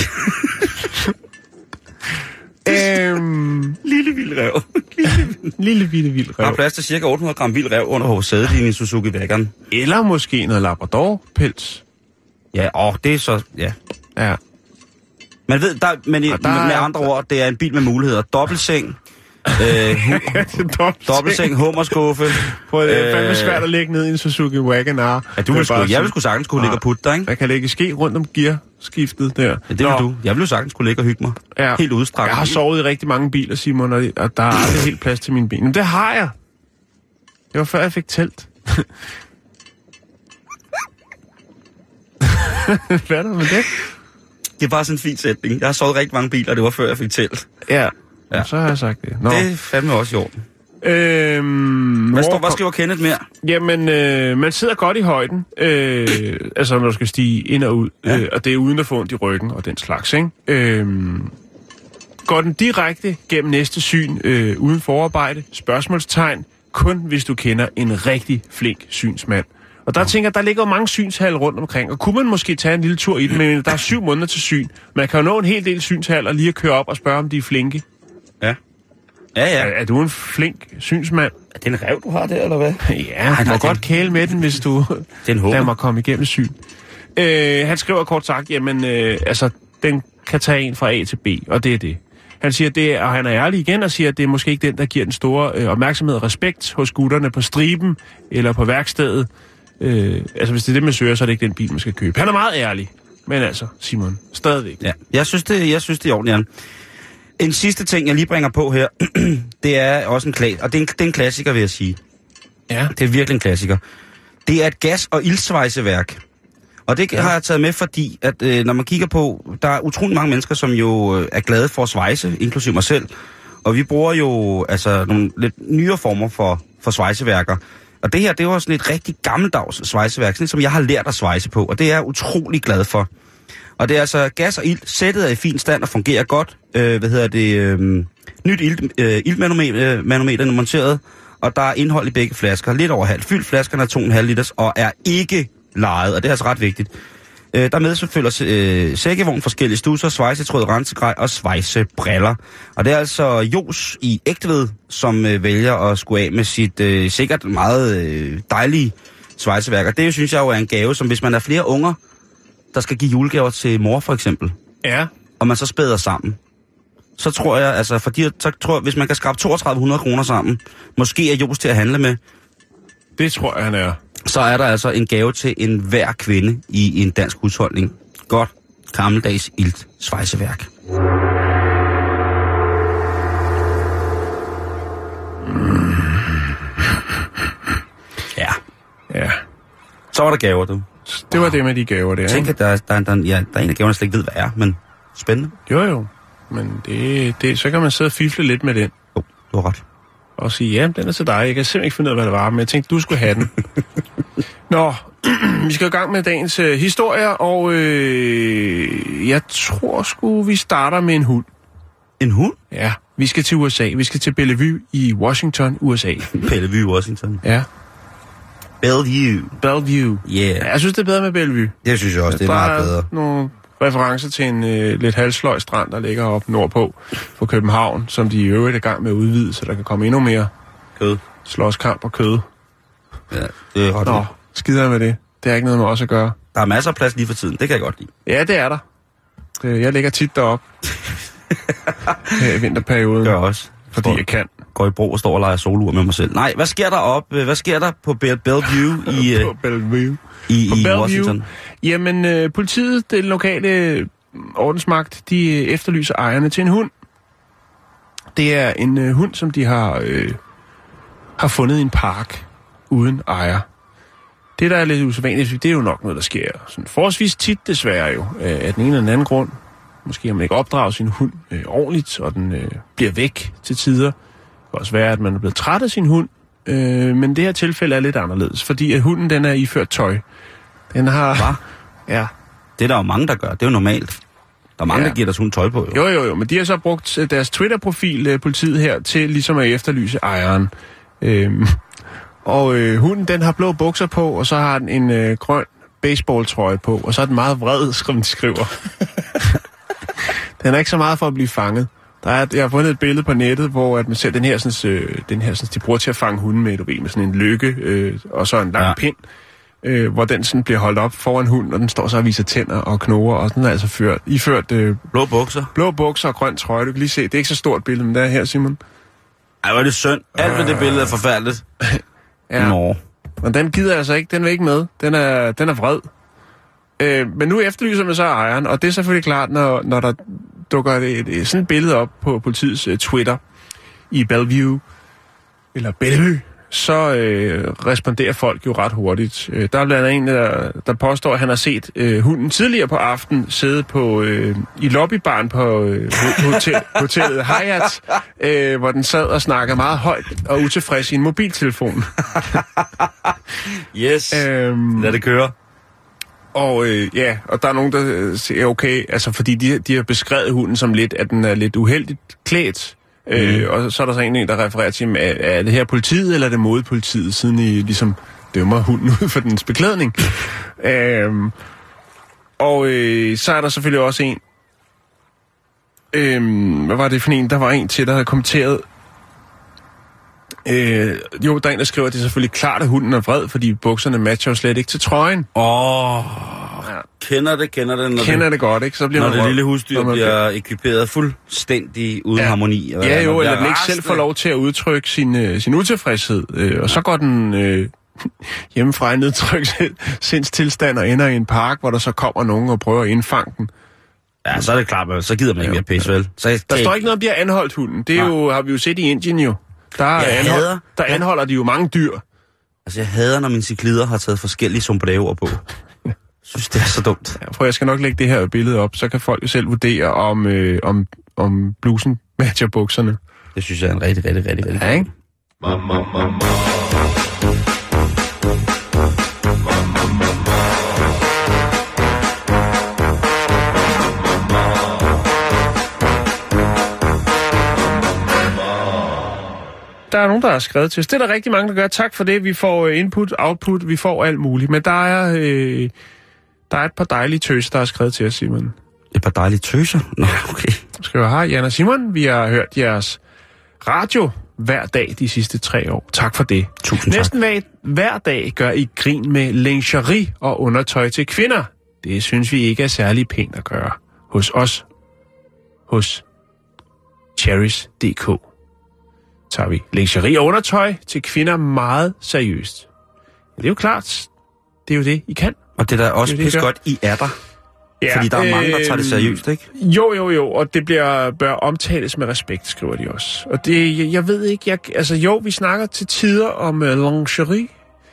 Lille vild ræv. Lille vild ræv. Der er plads til cirka 800 gram vild ræv under sædet i min Suzuki Wagon. Eller måske noget Labrador-pels. Ja, det er så... Ja. Man ved, med andre ord, det er en bil med muligheder. Dobbeltseng, dobbeltseng, hummerskuffe. Det er fandme svært at lægge ned i en Suzuki Wagon R. Ja, jeg vil sgu sagtens kunne ligge og putte dig, ikke? Jeg kan lægge ske rundt om gearskiftet der. Ja, det vil du. Jeg vil jo sagtens kunne ligge og hygge mig. Ja. Helt udstrakt. Jeg har sovet i rigtig mange biler, Simon, og der er aldrig helt plads til mine ben. Men det har jeg. Det var før jeg fik telt. Hvad er der med det? Det er bare sådan en fin sætning. Jeg har sovet rigtig mange biler, og det var før jeg fik telt. Ja. Så har jeg sagt det. Nå. Det er fandme også i orden. Hvad skriver Kenneth mere? Jamen, man sidder godt i højden, altså når du skal stige ind og ud, og det er uden at få ondt i ryggen og den slags, ikke? Går den direkte gennem næste syn uden forarbejde? Spørgsmålstegn. Kun hvis du kender en rigtig flink synsmand. Og der tænker jeg, der ligger jo mange synshaller rundt omkring, og kunne man måske tage en lille tur i den, men der er 7 måneder til syn. Man kan jo nå en hel del synshaller lige at køre op og spørge, om de er flinke. Ja. Er du en flink synsmand? Er det en ræv, du har der, eller hvad? Ja, du må godt kæle med den, hvis du lader mig komme igennem syn. Han skriver kort sagt, jamen, den kan tage en fra A til B, og det er det. Han siger og han er ærlig igen og siger, at det er måske ikke den, der giver den store opmærksomhed og respekt hos gutterne på striben eller på værkstedet. Hvis det er det, man søger, så er det ikke den bil, man skal købe. Han er meget ærlig, men altså, Simon, stadigvæk. Ja, jeg synes det er ordentligt, Jan. En sidste ting, jeg lige bringer på her, det er også og det er en klassiker, vil jeg sige. Ja. Det er virkelig en klassiker. Det er et gas- og ildsvejseværk. Og det har jeg taget med, fordi at når man kigger på, der er utrolig mange mennesker, som jo er glade for at svejse, inklusive mig selv. Og vi bruger jo nogle lidt nyere former for svejseværker. Og det her, det var sådan et rigtig gammeldags svejseværk, sådan som jeg har lært at svejse på, og det er jeg utrolig glad for. Og det er altså gas og ild. Sættet er i fin stand og fungerer godt. Nyt iltmanometer monteret, og der er indhold i begge flasker. Lidt over halvt. Fyldt flaskerne er 2,5 liters og er ikke lejet, og det er altså ret vigtigt. Der medfølger sækkevogn, forskellige stusser, svejsetråd, rensegrej og svejsebriller. Og det er altså Jos i Ægtved, som vælger at skulle af med sit sikkert meget dejlige svejseværk. Og det synes jeg jo er en gave, som hvis man er flere unger, der skal give julegaver til mor for eksempel. Ja. Og man så spæder sammen. Så tror jeg, hvis man kan skrabe 3200 kroner sammen, måske er Jos til at handle med. Det tror jeg, han er. Så er der altså en gave til enhver kvinde i en dansk husholdning. Godt, gammeldags ilt svejseværk. Ja. Så var der gaver, du. Det var det med de gaver der. Jeg tænker, at der er en af gaverne, jeg slet ikke ved, hvad er, men spændende. Jo. Men så kan man sidde og fifle lidt med den. Du har ret. Og sige, ja, den er til dig. Jeg kan simpelthen ikke finde ud af, hvad det var, men jeg tænkte, du skulle have den. Nå, vi skal i gang med dagens historier, og jeg tror sgu, vi starter med en hund. En hund? Ja, vi skal til USA. Vi skal til Bellevue i Washington, USA. Bellevue i Washington? Ja. Bellevue. Yeah. Ja, jeg synes, det er bedre med Bellevue. Det synes jeg også, det er meget bedre. Nogle referencer til en lidt halvsløj strand, der ligger oppe nordpå på København, som de i øvrigt er i gang med at udvide, så der kan komme endnu mere kød. Slåskamp og kød. Ja, det er ret. Nå, skider med det. Det er ikke noget med os at gøre. Der er masser af plads lige for tiden, det kan jeg godt lide. Ja, det er der. Jeg ligger tit deroppe. I vinterperioden. Gør også. Fordi jeg kan. Går i bro og står og leger solur med mig selv. Nej, hvad sker der op? Hvad sker der på Bellevue i Washington? Jamen, politiet, den lokale ordensmagt, de efterlyser ejerne til en hund. Det er en hund, som de har har fundet en park uden ejer. Det, der er lidt usædvanligt, det er jo nok noget, der sker sådan forholdsvis tit desværre jo, af den ene eller anden grund. Måske har man ikke opdraget sin hund ordentligt, og den bliver væk til tider. Det kan også være, at man er blevet træt af sin hund, men det her tilfælde er lidt anderledes, fordi at hunden, den er iført tøj. Den har... Hva? Ja. Det er der jo mange, der gør. Det er jo normalt. Der er mange, der giver deres hund tøj på. Jo, men de har så brugt deres Twitter-profil, politiet her, til ligesom at efterlyse ejeren. Hunden, den har blå bukser på, og så har den en grøn baseballtrøje på, og så er den meget vred, som de skriver. Den er ikke så meget for at blive fanget. Jeg har fundet et billede på nettet, hvor at man ser den her, de bruger til at fange hunden med, med sådan en lykke, og så en lang pind, hvor den sådan bliver holdt op foran hunden, og den står så og viser tænder og knoger, og den er altså iført blå bukser og grøn trøje. Du kan lige se, det er ikke så stort billede, men det er her, Simon. Ej, hvor er det synd. Alt med det billede er forfærdeligt. Ja. Nå. Og den gider altså ikke, den vil ikke med. Den er vred. Men nu efterlyser man så ejeren, og det er selvfølgelig klart, når der dukker sådan et billede op på politiets Twitter i Bellevue, så responderer folk jo ret hurtigt. Der er blandt andet en, der påstår, at han har set hunden tidligere på aften sidde i lobbybaren på hotellet Hyatt, hvor den sad og snakkede meget højt og utilfreds i en mobiltelefon. Yes, lad det køre. Og og der er nogen, der siger, okay, altså fordi de har beskrevet hunden som lidt, at den er lidt uheldigt klædt. Og så er der så en, der refererer til, er det her politiet, eller er det modpolitiet, siden I ligesom dømmer hunden ud for dens beklædning. Så er der selvfølgelig også en, hvad var det for en? Der var en til, der havde kommenteret, der er en, der skriver, at det er selvfølgelig klart, at hunden er vred, fordi bukserne matcher jo slet ikke til trøjen. Kender det. Kender det godt, ikke? Så bliver når det lille husdyr bliver ekviperet fuldstændig uden harmoni. Eller den ikke selv får lov til at udtrykke sin utilfredshed. Og så går den hjemmefra i nedtrykt sindstilstand og ender i en park, hvor der så kommer nogen og prøver at indfange den. Ja, så er det klart, så gider man ikke mere pisse, vel? Der står ikke noget om, de har anholdt hunden. Det er jo, har vi jo set i Indien jo. Der anholder de jo mange dyr. Altså, jeg hader, når mine cyklider har taget forskellige sombreroer på. Jeg synes, det er så dumt. Ja, jeg skal nok lægge det her billede op, så kan folk jo selv vurdere, om blusen matcher bukserne. Det synes jeg er en rigtig ja, ikke? Der er nogen, der har skrevet til os. Det er der rigtig mange, der gør. Tak for det. Vi får input, output, vi får alt muligt. Men der er et par dejlige tøser, der har skrevet til os, Simon. Et par dejlige tøser? Nå, okay. Skriver, hej Jan og Simon. Vi har hørt jeres radio hver dag de sidste 3 år. Tak for det. Tusind tak. Næsten hver dag gør I grin med lingerie og undertøj til kvinder. Det synes vi ikke er særlig pænt at gøre. Hos os. Hos Cherries.dk tager vi lingerie og undertøj til kvinder meget seriøst. Det er jo klart. Det er jo det, I kan. Og det er da også pisse godt, I er der. Ja, fordi der er mange, der tager det seriøst, ikke? Jo, og det bør omtales med respekt, skriver de også. Og det, jeg ved ikke, vi snakker til tider om lingerie.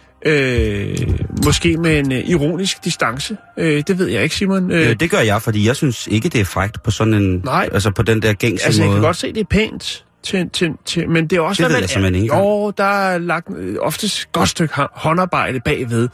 Måske med en ironisk distance. Det ved jeg ikke, Simon. Det gør jeg, fordi jeg synes ikke, det er frækt på sådan en... Nej. Altså på den der gængse måde. Jeg kan godt se, det er pænt. Men det er også, det ved jeg ikke. Der er lagt oftest godt stykke håndarbejde bagved.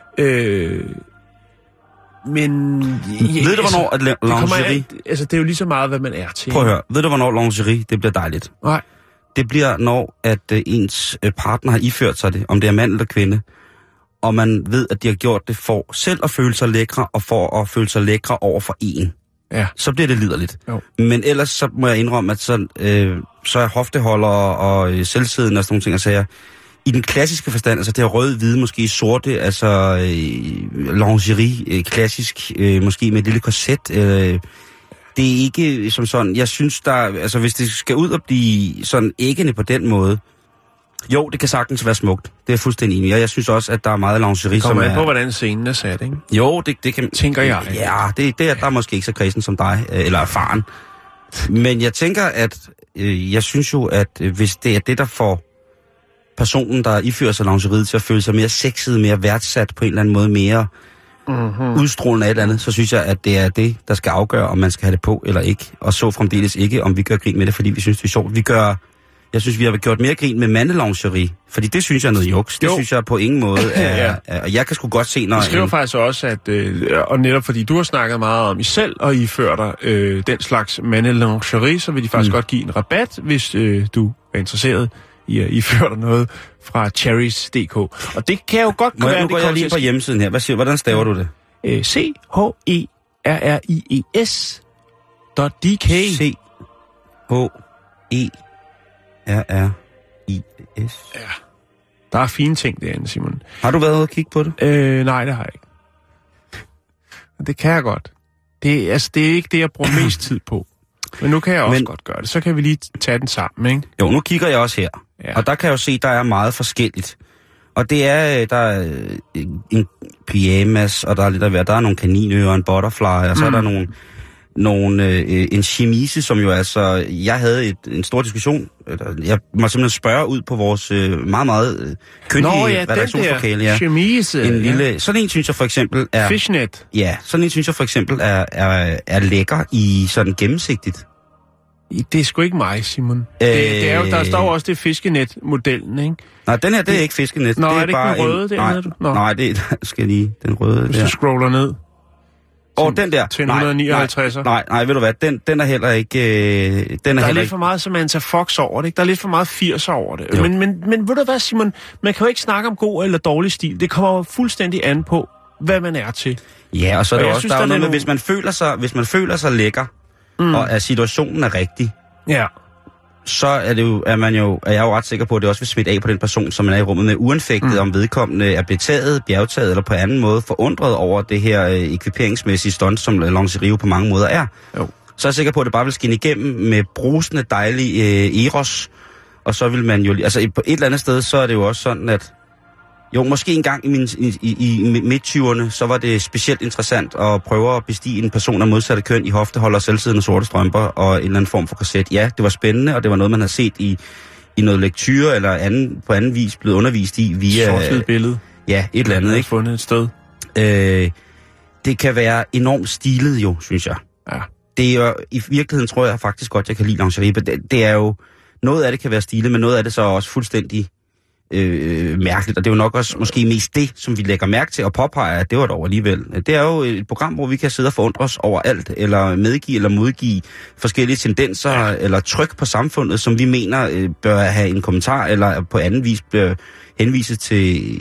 Men... Ved du, hvornår at lingerie... det er jo lige så meget, hvad man er til. Prøv at høre. Ved du, hvornår lingerie, det bliver dejligt? Nej. Det bliver, når at ens partner har iført sig det, om det er mand eller kvinde, og man ved, at de har gjort det for selv at føle sig lækre, og for at føle sig lækre over for en. Ja. Så bliver det liderligt. Jo. Men ellers så må jeg indrømme, at så er hofteholder og selvsiden og sådan nogle ting, altså jeg, i den klassiske forstand, altså det her røde, hvide, måske sorte, altså lingerie, klassisk, måske med et lille korset, det er ikke som sådan, jeg synes der, altså hvis det skal ud og blive sådan æggende på den måde, jo, det kan sagtens være smukt. Det er jeg fuldstændig enig. Jeg synes også, at der er meget lingerie, som er... Kommer på, hvordan scenen er sat, ikke? Jo, det kan... Tænker jeg. Ja, der er måske ikke så kredsen som dig, eller erfaren. Men jeg tænker, at jeg synes jo, at hvis det er det, der får personen, der ifører sig lingeriet til at føle sig mere sexet, mere værdsat på en eller anden måde, mere udstrålende af et eller andet, så synes jeg, at det er det, der skal afgøre, om man skal have det på eller ikke. Og så fremdeles ikke, om vi gør grin med det, fordi vi synes, det er sjovt. Jeg synes, vi har gjort mere grin med mandelingerie, fordi det synes jeg er noget juks. Det synes jeg på ingen måde er... Og jeg kan sgu godt se, når... Jeg skriver faktisk også, at... og netop fordi du har snakket meget om I selv, og I fører dig den slags mandelingerie, så vil de faktisk godt give en rabat, hvis du er interesseret i at iføre dig noget fra cherries.dk. Og det kan jo godt være... Nu går jeg lige på hjemmesiden her. Hvordan staver du det? CHERRIS.dk. CHERRIS. Ja. Der er fine ting derinde, Simon. Har du været ude og kigge på det? Nej, det har jeg ikke. Det kan jeg godt. Det er ikke det, jeg bruger mest tid på. Men nu kan jeg også godt gøre det. Så kan vi lige tage den sammen, ikke? Jo, nu kigger jeg også her. Ja. Og der kan jeg jo se, der er meget forskelligt. Og det er, der er en pyjamas, og der er lidt af hver. Der er nogle kaninører, en butterfly, og så er der en chemise, som jo altså... Jeg havde en stor diskussion. Jeg må simpelthen spørge ud på vores meget, meget kyndige redaktionslokale. Ja, chemise. En lille, sådan en synes jeg for eksempel er... Fishnet. Ja, sådan en synes jeg for eksempel er lækker i sådan gennemsigtigt. Det er sgu ikke mig, Simon. Det er jo, der står også det fiskenet-modellen, ikke? Nej, den her, det er ikke fiskenet. Nå, det er det bare ikke den røde der? Nej, det skal lige den røde. Hvis du scroller ned. Den der. Til 159'er. Nej, ved du hvad, den er heller ikke... der er lidt for meget Samantha Fox over det, ikke? Der er lidt for meget 80'er over det. Men ved du hvad, Simon? Man kan jo ikke snakke om god eller dårlig stil. Det kommer jo fuldstændig an på, hvad man er til. Ja, og så er det også, synes, der er noget med, hvis man føler sig lækker, og at situationen er rigtig, så er jeg jo ret sikker på, at det også vil smitte af på den person, som man er i rummet med, uanfægtet om vedkommende er betaget, bjergtaget eller på anden måde forundret over det her ekviperingsmæssige stunt, som lingerie på mange måder er. Jo. Så er jeg sikker på, at det bare vil skinne igennem med brusende dejlig eros, og så vil man jo... Altså på et eller andet sted, så er det jo også sådan, at jo, måske en gang i midt-20'erne, så var det specielt interessant at prøve at bestige en person af modsatte køn i hofteholder, selvsiddende sorte strømper og en eller anden form for korset. Ja, det var spændende, og det var noget, man havde set i noget lektyre eller på anden vis blevet undervist i via... Sort-hvid billede. Ja, et eller andet, ikke? Fundet et sted. Det kan være enormt stilet jo, synes jeg. Ja. Det er jo, i virkeligheden tror jeg faktisk godt, jeg kan lide lingerie. Det er jo... Noget af det kan være stilet, men noget af det så er også fuldstændig... mærkeligt, og det er jo nok også måske mest det, som vi lægger mærke til og påpeger, at det var dog alligevel. Det er jo et program, hvor vi kan sidde og forundre os over alt, eller medgive eller modgive forskellige tendenser, eller tryk på samfundet, som vi mener bør have en kommentar, eller på anden vis bør henvise til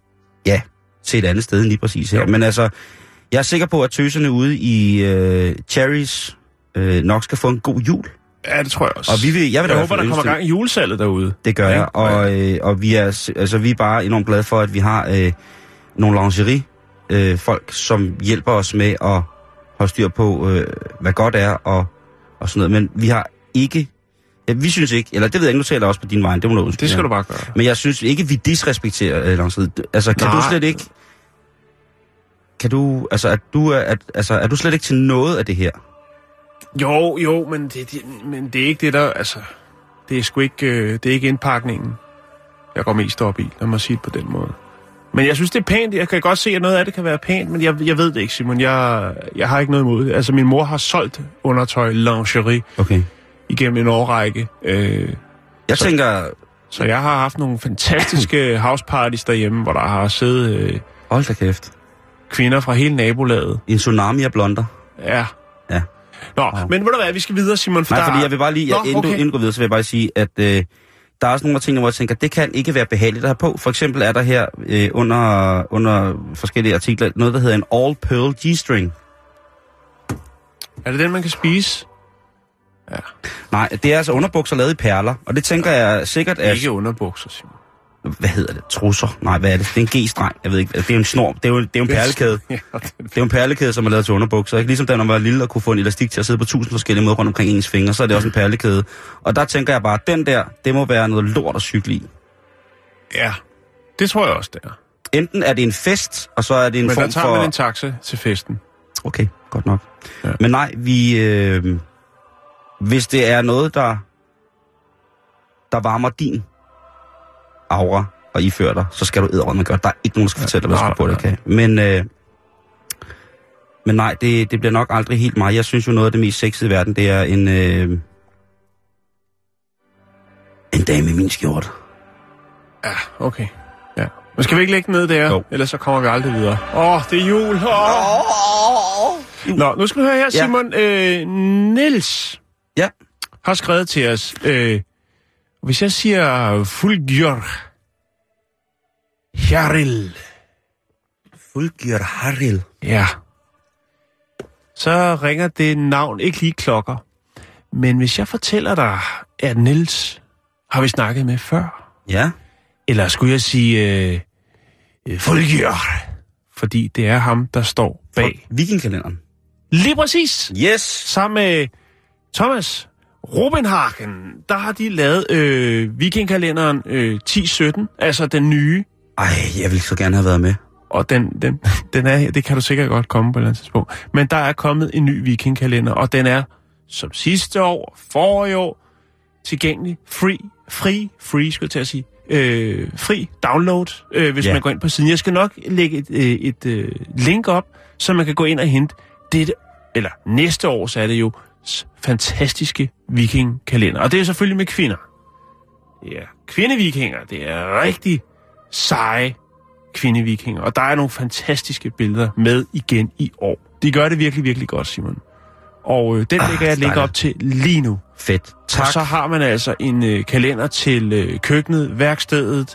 et andet sted end lige præcis her. Men altså, jeg er sikker på, at tøserne ude i Cherries nok skal få en god jul. Ja, det tror jeg også. Og jeg håber, der kommer gang i julesalget derude. Det gør jeg, og vi er bare enormt glade for, at vi har nogle lingerie folk, som hjælper os med at holde styr på, hvad godt er og sådan noget. Men vi har ikke... Ja, vi synes ikke, eller det ved jeg ikke, nu taler jeg også på din vej, det må du undskylde. Det skal du bare gøre. Men jeg synes ikke, vi disrespekterer lingeriet. Altså, kan du slet ikke... Kan du... Altså, er du slet ikke til noget af det her? Jo, men det er ikke det der, altså, det er sgu ikke, det er ikke indpakningen, jeg går mest op i, lad mig sige det på den måde. Men jeg synes, det er pænt, jeg kan godt se, at noget af det kan være pænt, men jeg ved det ikke, Simon, jeg har ikke noget imod det. Altså, min mor har solgt undertøj, lingerie, igennem en årrække. Så jeg har haft nogle fantastiske houseparties derhjemme, hvor der har siddet hold da kæft. Kvinder fra hele nabolaget. En tsunami af blonder. Ja. Nå, men ved du hvad, vi skal videre, Simon. Nej, fordi jeg vil bare lige, inden du går videre, så vil jeg bare sige, at der er også nogle af tingene, hvor jeg tænker, det kan ikke være behageligt at have på. For eksempel er der her under forskellige artikler noget, der hedder en all-pearl G-string. Er det den, man kan spise? Ja. Nej, det er altså underbukser lavet i perler, og det tænker jeg sikkert er... Ikke underbukser, Simon. Hvad hedder det? Trusser? Nej, hvad er det? Det er en G-streng. Jeg ved ikke. Det er en snor. Det er jo en perlekæde. Det er jo en perlekæde, som er lavet til underbukser. Ikke? Ligesom da man var lille og kunne få en elastik til at sidde på 1000 forskellige måder rundt omkring ens fingre, så er det også en perlekæde. Og der tænker jeg bare, at den der, det må være noget lort at cykle i. Ja, det tror jeg også, det er. Enten er det en fest, og så er det en form for... Men der tager man en taxa til festen. Okay, godt nok. Ja. Men nej, hvis det er noget, der varmer din aura og iføre dig, så skal du edderrømme gøre. Der er ikke nogen, der skal fortælle dig, hvad du skal på det, kan. Men nej, det bliver nok aldrig helt mig. Jeg synes jo, noget af det mest sexede i verden, det er en dame i min skjorte. Ja, okay. Ja. Men skal vi ikke lægge ned der? Jo. Ellers så kommer vi aldrig videre. Det er jul. Nå, nu skal du høre her, Simon. Niels har skrevet til os. Hvis jeg siger Fulgjør Haril. Fulgjør Haril? Ja. Så ringer det navn ikke lige klokker. Men hvis jeg fortæller dig, at Niels har vi snakket med før. Ja. Eller skulle jeg sige Fulgjør, fordi det er ham, der står bag Vikingkalenderen. Lige præcis. Yes. Sammen med Thomas Robinhagen, der har de lavet Vikingkalenderen 1017, altså den nye. Ej, jeg ville så gerne have været med. Og den er, det kan du sikkert godt komme på et eller andet tidspunkt. Men der er kommet en ny Vikingkalender, og den er som sidste år, forrige år, tilgængelig, free, skulle jeg til at sige. Fri download, hvis man går ind på siden. Jeg skal nok lægge et link op, så man kan gå ind og hente dette, eller næste år, så er det jo fantastiske vikingkalender. Og det er selvfølgelig med kvinder. Ja, kvindevikinger, det er rigtig seje kvindevikinger. Og der er nogle fantastiske billeder med igen i år. De gør det virkelig, virkelig godt, Simon. Og den lægger jeg et link op til lige nu. Fedt. Tak. Og så har man altså en kalender til køkkenet, værkstedet,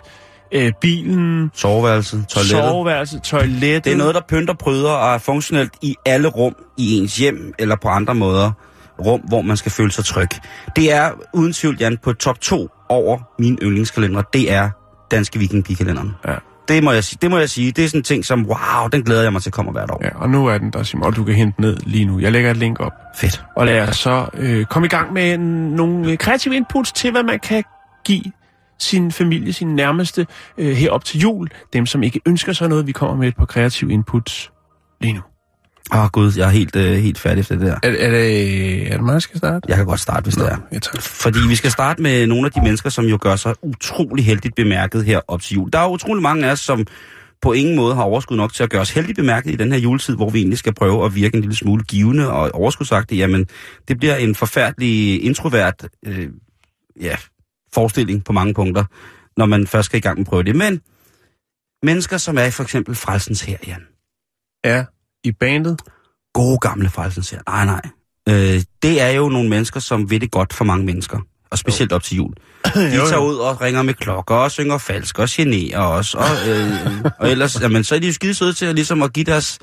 bilen, soveværelset, toilettet. Det er noget, der pynter, pryder og er funktionelt i alle rum i ens hjem, eller på andre måder rum, hvor man skal føle sig tryg. Det er uden tvivl, Jan, på top 2 over mine yndlingskalendere. Det er Danske Vikingpigekalenderen. Ja. Det må jeg sige. Det er sådan en ting som, wow, den glæder jeg mig til at komme hvert år. Ja, og nu er den der, Simon, og du kan hente ned lige nu. Jeg lægger et link op. Fedt. Og lad os så komme i gang med nogle kreative inputs til, hvad man kan give sin familie, sin nærmeste herop til jul. Dem, som ikke ønsker sig noget, vi kommer med et par kreative inputs lige nu. Gud, jeg er helt færdig efter det der. Er det mig, der skal starte? Jeg kan godt starte, hvis det er. Ja, tak. Fordi vi skal starte med nogle af de mennesker, som jo gør sig utrolig heldigt bemærket her op til jul. Der er utrolig mange af os, som på ingen måde har overskud nok til at gøre os heldigt bemærket i den her juletid, hvor vi egentlig skal prøve at virke en lille smule givende og overskudsagtigt. Jamen, det bliver en forfærdelig introvert forestilling på mange punkter, når man først skal i gang med at prøve det. Men mennesker, som er for eksempel Frelsens Hær, Jan. Ja, i bandet? Gode gamle Frelsens Hær. Nej. Det er jo nogle mennesker, som ved det godt for mange mennesker. Og specielt op til jul. De tager ud og ringer med klokker og synger falsk og generer os. Og ellers, jamen, så er de jo skide søde til ligesom at give deres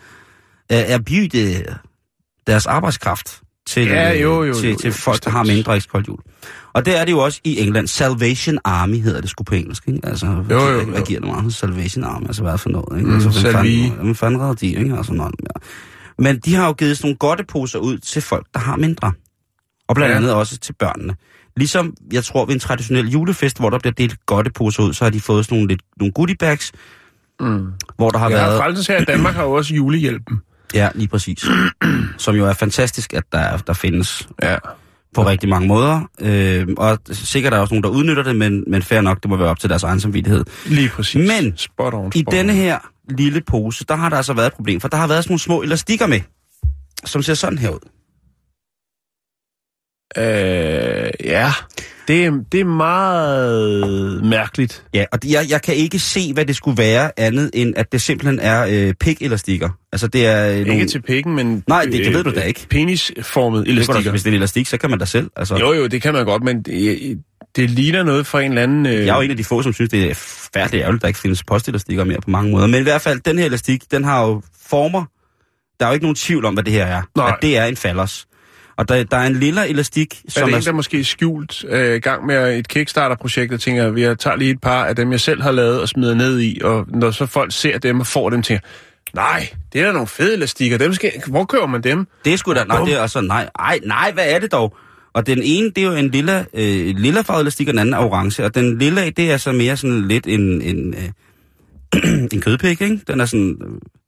deres arbejdskraft til folk, der har mindre ekskoldt jul. Og det er det jo også i England. Salvation Army hedder det sgu på engelsk, ikke? Altså, hvad giver det meget? Salvation Army, altså hvad for noget, ikke? Hvem fanden redder de, ikke? Altså noget mere. Men de har jo givet sådan nogle godteposer ud til folk, der har mindre. Og blandt andet også til børnene. Ligesom, jeg tror, ved en traditionel julefest, hvor der bliver delt godteposer ud, så har de fået sådan nogle goodiebags, hvor der har været... Ja, Frelsens Hær i Danmark har jo også julehjælpen. Ja, lige præcis. Som jo er fantastisk, at der findes på rigtig mange måder. Og sikkert er der også nogen, der udnytter det, men fair nok, det må være op til deres egen samvittighed. Lige præcis. Men i denne her lille pose, der har der altså været et problem, for der har været sådan nogle små elastikker med, som ser sådan her ud. Ja, det er meget mærkeligt. Ja, og jeg kan ikke se, hvad det skulle være andet, end at det simpelthen er pik-elastikker. Altså det er ikke til pikken, men... Nej, det ved du da ikke. Penisformet elastikker. Hvis det er en elastik, så kan man da selv. Altså... Jo, det kan man godt, men det ligner noget fra en eller anden... Jeg er jo en af de få, som synes, det er færdigt ærgerligt, der ikke findes postelastikker mere på mange måder. Men i hvert fald, den her elastik, den har jo former. Der er jo ikke nogen tvivl om, hvad det her er. Nej. At det er en fallos. Og der er en lille elastik, som er... det en, der måske skjult i gang med et Kickstarter-projekt, og tænker, jeg tager lige et par af dem, jeg selv har lavet og smider ned i, og når så folk ser dem og får dem, tænker, nej, det er da nogle fede elastikker, hvor køber man dem? Det er sgu da, nej, det er altså, nej, hvad er det dog? Og den ene, det er jo en lille farvet elastik, og den anden er orange, og den lille, det er så mere sådan lidt en kødpik, ikke? Den er sådan...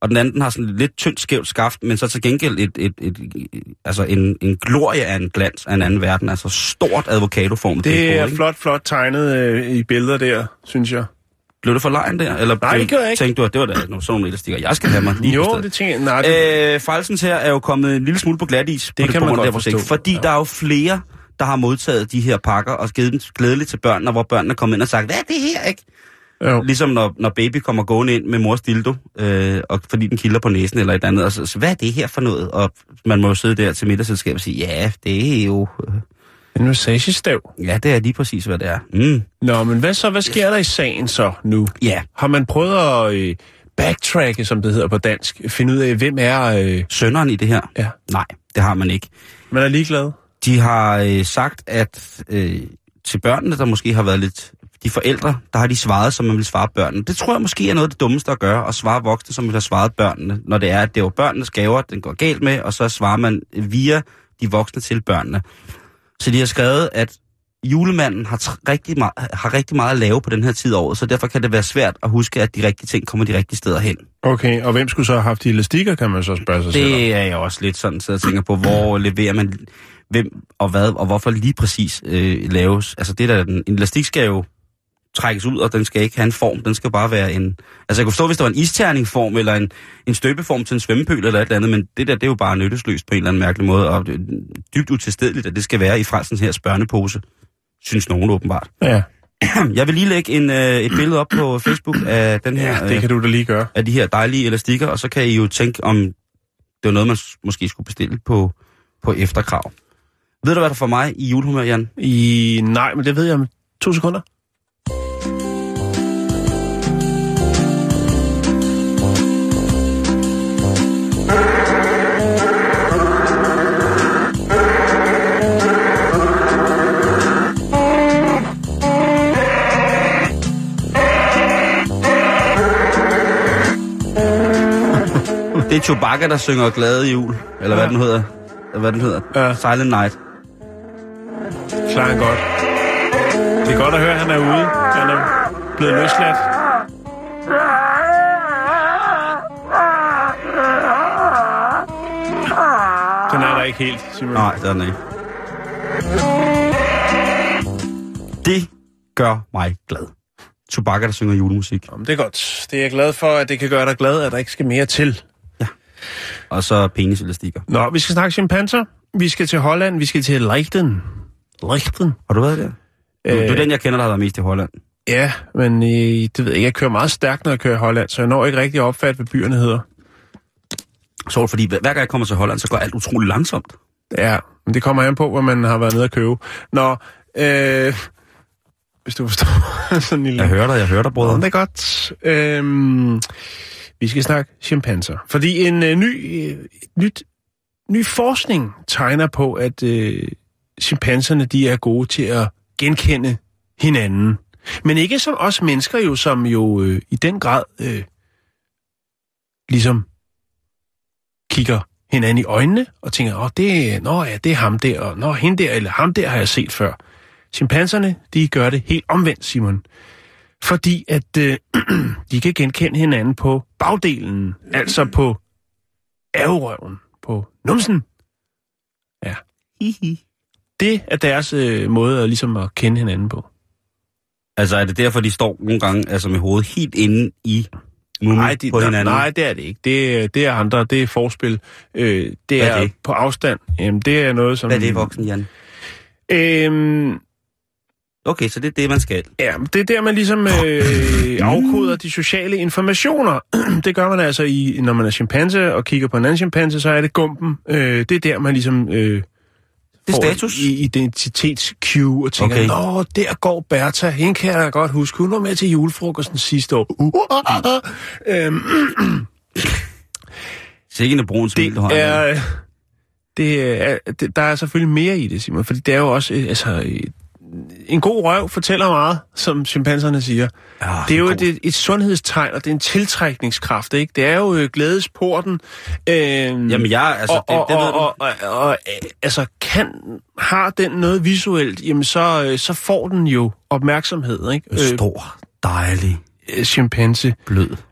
og den anden den har sådan et lidt tyndt skævt skaft, men så til gengæld altså en glorie af en glans af en anden verden, altså stort avocadoformet. Det er flot tegnet i billeder der, synes jeg. Blev det for lejen der? Eller nej, det gør jeg ikke. Tænkte du, at det var da sådan nogle elastikker, jeg skal have mig lige jo, det tænker jeg. Falsens her er jo kommet en lille smule på glatis. Det kan man godt forstå. Fordi der er jo flere, der har modtaget de her pakker og givet dem glædeligt til børnene, hvor børnene kommer ind og sagt, hvad er det her, ikke? Jo. Ligesom når baby kommer gående ind med mors dildo, og fordi den kilder på næsen eller et andet, og så hvad er det her for noget? Og man må jo sidde der til middagsselskab og sige, ja, det er jo... En massagestav? Ja, det er lige præcis, hvad det er. Mm. Nå, men hvad sker der i sagen så nu? Ja. Har man prøvet at backtracke, som det hedder på dansk, finde ud af, hvem er... Sønneren i det her? Ja. Nej, det har man ikke. Man er ligeglad? De har sagt, at til børnene, der måske har været lidt... De forældre, der har de svaret, som man vil svare børnene. Det tror jeg måske er noget af det dummeste at gøre, at svare voksne, som vil have svaret børnene, når det er, at det er jo børnenes gaver, den går galt med, og så svarer man via de voksne til børnene. Så de har skrevet, at julemanden har rigtig meget at lave på den her tid af året, så derfor kan det være svært at huske, at de rigtige ting kommer de rigtige steder hen. Okay, og hvem skulle så have haft de elastikker, kan man så spørge sig selv om? Det er jeg også lidt sådan, så jeg tænker på, hvor leverer man, hvem og hvad, og hvorfor lige præcis laves. Altså det der, en elastik skal jo trækkes ud, og den skal ikke have en form, den skal bare være en... Altså jeg kunne forstå, hvis der var en isterningform, eller en støbeform til en svømmepøl, eller et eller andet, men det der, det er jo bare nyttesløst på en eller anden mærkelig måde, og dybt utilstedeligt, at det skal være i Frelsens her børnepose, synes nogen åbenbart. Ja. Jeg vil lige lægge et billede op på Facebook af den her... Ja, det kan du da lige gøre. Af de her dejlige elastikker, og så kan I jo tænke, om det var noget, man måske skulle bestille på efterkrav. Ved du, hvad der får mig i julehumør, Jan? Nej, men det ved jeg om 2 sekunder. Det er Chewbacca, der synger glade jul. Eller hvad den hedder. Ja. Silent Night. Klarer godt. Det er godt at høre, at han er ude. Han er blevet løsladt. Den er der ikke helt, Simon. Nej, det er den ikke. Det gør mig glad. Chewbacca, der synger julemusik. Jamen, det er godt. Det er jeg glad for, at det kan gøre dig glad, at der ikke skal mere til. Ja. Og så peniselastikker. Nå, vi skal snakke chimpanser. Vi skal til Holland. Vi skal til Leichten. Har du været der? Det er den, jeg kender, der har været mest i Holland. Ja, men det ved jeg. Jeg kører meget stærkt, når jeg kører i Holland, så jeg når ikke rigtig at opfatte, hvad byerne hedder. Så fordi hver gang jeg kommer til Holland, så går alt utrolig langsomt. Ja, men det kommer an på, hvad man har været nede at købe. Nå, hvis du forstår sådan en... Jeg hører dig, brødre. Det er godt. Vi skal snakke chimpanser. Fordi en ny forskning tegner på, at chimpanserne, de er gode til at genkende hinanden. Men ikke som os mennesker jo, som jo i den grad ligesom kigger hinanden i øjnene og tænker, det er ham der, og hende der, eller ham der har jeg set før. Chimpanserne, de gør det helt omvendt, Simon. Fordi at de kan genkende hinanden på bagdelen, altså på ærgerøven, på numsen. Ja. Det er deres måde ligesom at kende hinanden på. Altså er det derfor, de står nogle gange altså med hovedet helt inde i munden på hinanden? Nej, det er det ikke. Det er andre, det er forspil. Det er på afstand. Jamen, det er noget, som... Hvad er det, voksen, Jan? Okay, så det er det, man skal. Ja, det er der, man ligesom afkoder de sociale informationer. Det gør man altså, når man er chimpanse og kigger på en anden chimpanse, så er det gumpen. Det er der, man ligesom det er status. I identitets-cue og tænker, okay. Der går Bertha, hende kan jeg godt huske. Hun var med til julefrokosten sidste år. Sikke en brun smil, du har. Der er selvfølgelig mere i det, Simon, fordi det er jo også... en god røv fortæller meget, som chimpanserne siger. Ja, det er jo et sundhedstegn, og det er en tiltrækningskraft, ikke? Det er jo glædesporten. Jamen ja, altså... Har den noget visuelt, jamen så får den jo opmærksomhed, ikke? Stor, dejlig, chimpanse. blød.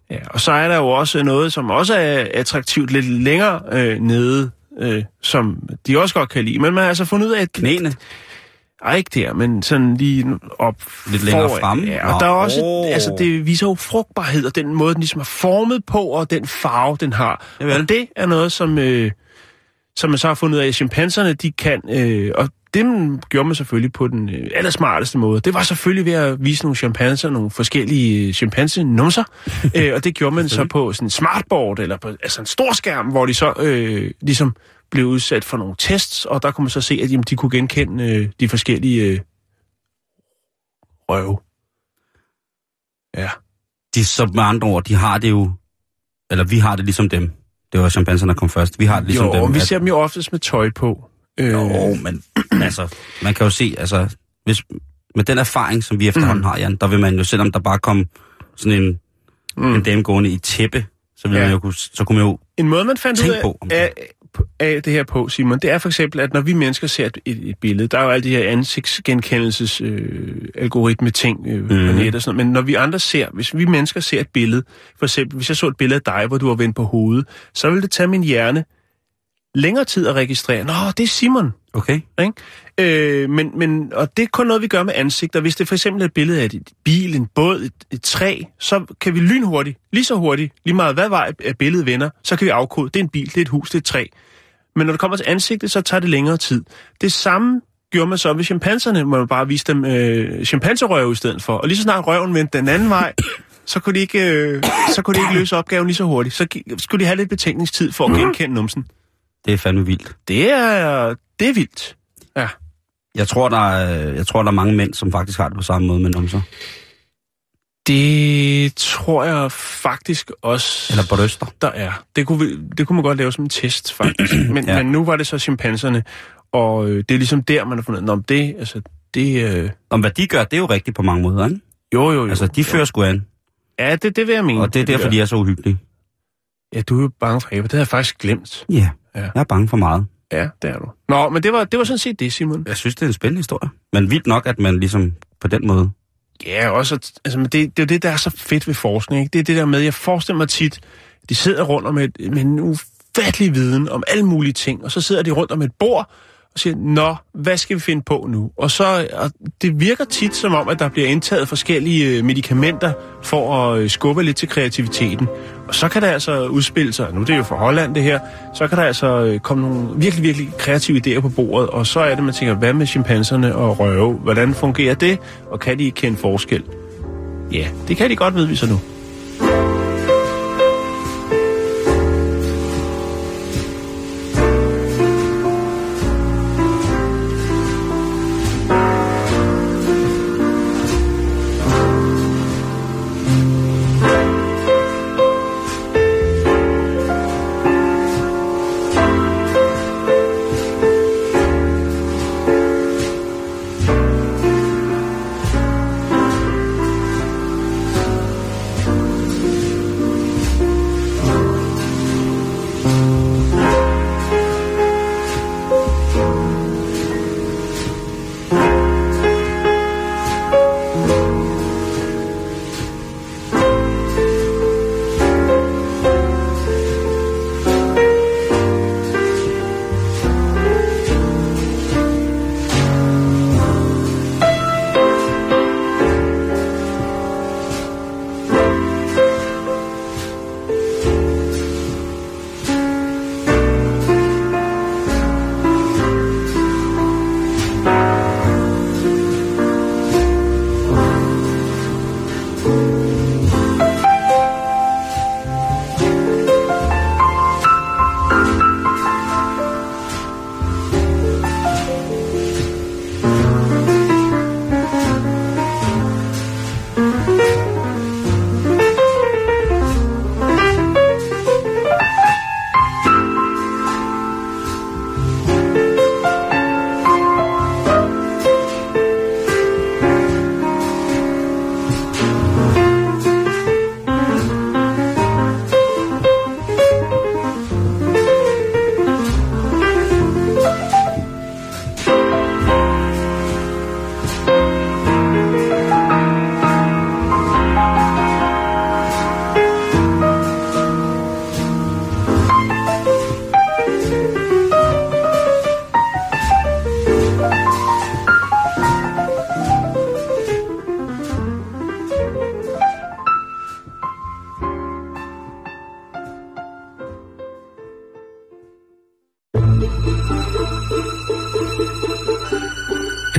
Ja, og så er der jo også noget, som også er attraktivt lidt længere nede, som de også godt kan lide. Men man har altså fundet ud af, at knæene. Ej, ikke der, men sådan lige op lidt længere fremme. Ja, og der er også, altså det viser jo frugtbarhed, og den måde, den ligesom er formet på, og den farve, den har. Og det er noget, som man så har fundet ud af, at chimpanserne, de kan, og det gjorde man selvfølgelig på den allersmarteste måde. Det var selvfølgelig ved at vise nogle chimpanser, nogle forskellige chimpansenumser, og det gjorde man så på sådan en smartboard, eller på altså en stor skærm, hvor de så ligesom blev udsat for nogle tests, og der kunne man så se, at jamen, de kunne genkende de forskellige røve. Ja. De, så med andre ord, de har det jo, eller vi har det ligesom dem. Det var chimpanserne, der kom først. Vi har det ligesom dem. Jo, vi ser dem jo oftest med tøj på. Jo, men altså, man kan jo se, altså, hvis, med den erfaring, som vi efterhånden har, Jan, der vil man jo, selvom der bare kom sådan en dame gående i tæppe, så ville man jo kunne man jo en måde, man fandt ud på, af det her på, Simon, det er for eksempel, at når vi mennesker ser et billede, der er jo alle de her ansigtsgenkendelses algoritme ting på net og sådan noget, men når vi andre hvis vi mennesker ser et billede, for eksempel, hvis jeg så et billede af dig, hvor du var vendt på hovedet, så vil det tage min hjerne længere tid at registrere. Nå, det er Simon. Okay. Men og det er kun noget, vi gør med ansigter. Hvis det for eksempel er et billede af en bil, en båd, et træ, så kan vi lynhurtigt, lige så hurtigt, lige meget hvad vej af billedet vender, så kan vi afkode, det er en bil, det er et hus, det er et træ. Men når det kommer til ansigtet, så tager det længere tid. Det samme gjorde man så ved chimpanserne, hvor man bare vise dem chimpanserøve i stedet for. Og lige så snart røven vendte den anden vej, så kunne de ikke løse opgaven lige så hurtigt. Så skulle de have lidt betænkningstid for at genkende numsen. Det er fandme vildt. Det er vildt. Ja. Jeg tror, der er mange mænd, som faktisk har det på samme måde med numser. Det tror jeg faktisk også. Eller bryster. Der er. Det kunne man godt lave som en test, faktisk. Men nu var det så chimpanserne, og det er ligesom der, man har fundet om det. Altså, det om hvad de gør, det er jo rigtigt på mange måder, ikke? Jo. Altså, de fører sgu an. Ja, det vil jeg mene. Og det er derfor, de er så uhyggelige. Ja, du er jo bange for aber. Det havde jeg faktisk glemt. Ja, jeg er bange for meget. Ja, det er du. Nå, men det var sådan set det, Simon. Jeg synes, det er en spændende historie. Men vildt nok, at man ligesom på den måde... Ja, også, altså, det er jo det, der er så fedt ved forskning, ikke? Det er det der med, jeg forestiller mig tit, de sidder rundt om med en ufattelig viden om alle mulige ting, og så sidder de rundt om et bord og siger, nå, hvad skal vi finde på nu? Og det virker tit som om, at der bliver indtaget forskellige medicamenter for at skubbe lidt til kreativiteten. Og så kan der altså udspille sig, nu det er jo fra Holland det her, så kan der altså komme nogle virkelig, virkelig kreative idéer på bordet, og så er det, man tænker, hvad med chimpanserne og røve? Hvordan fungerer det? Og kan de kende forskel? Ja, det kan de godt, ved vi så nu.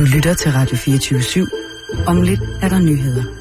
Du lytter til Radio 24/7. Om lidt er der nyheder.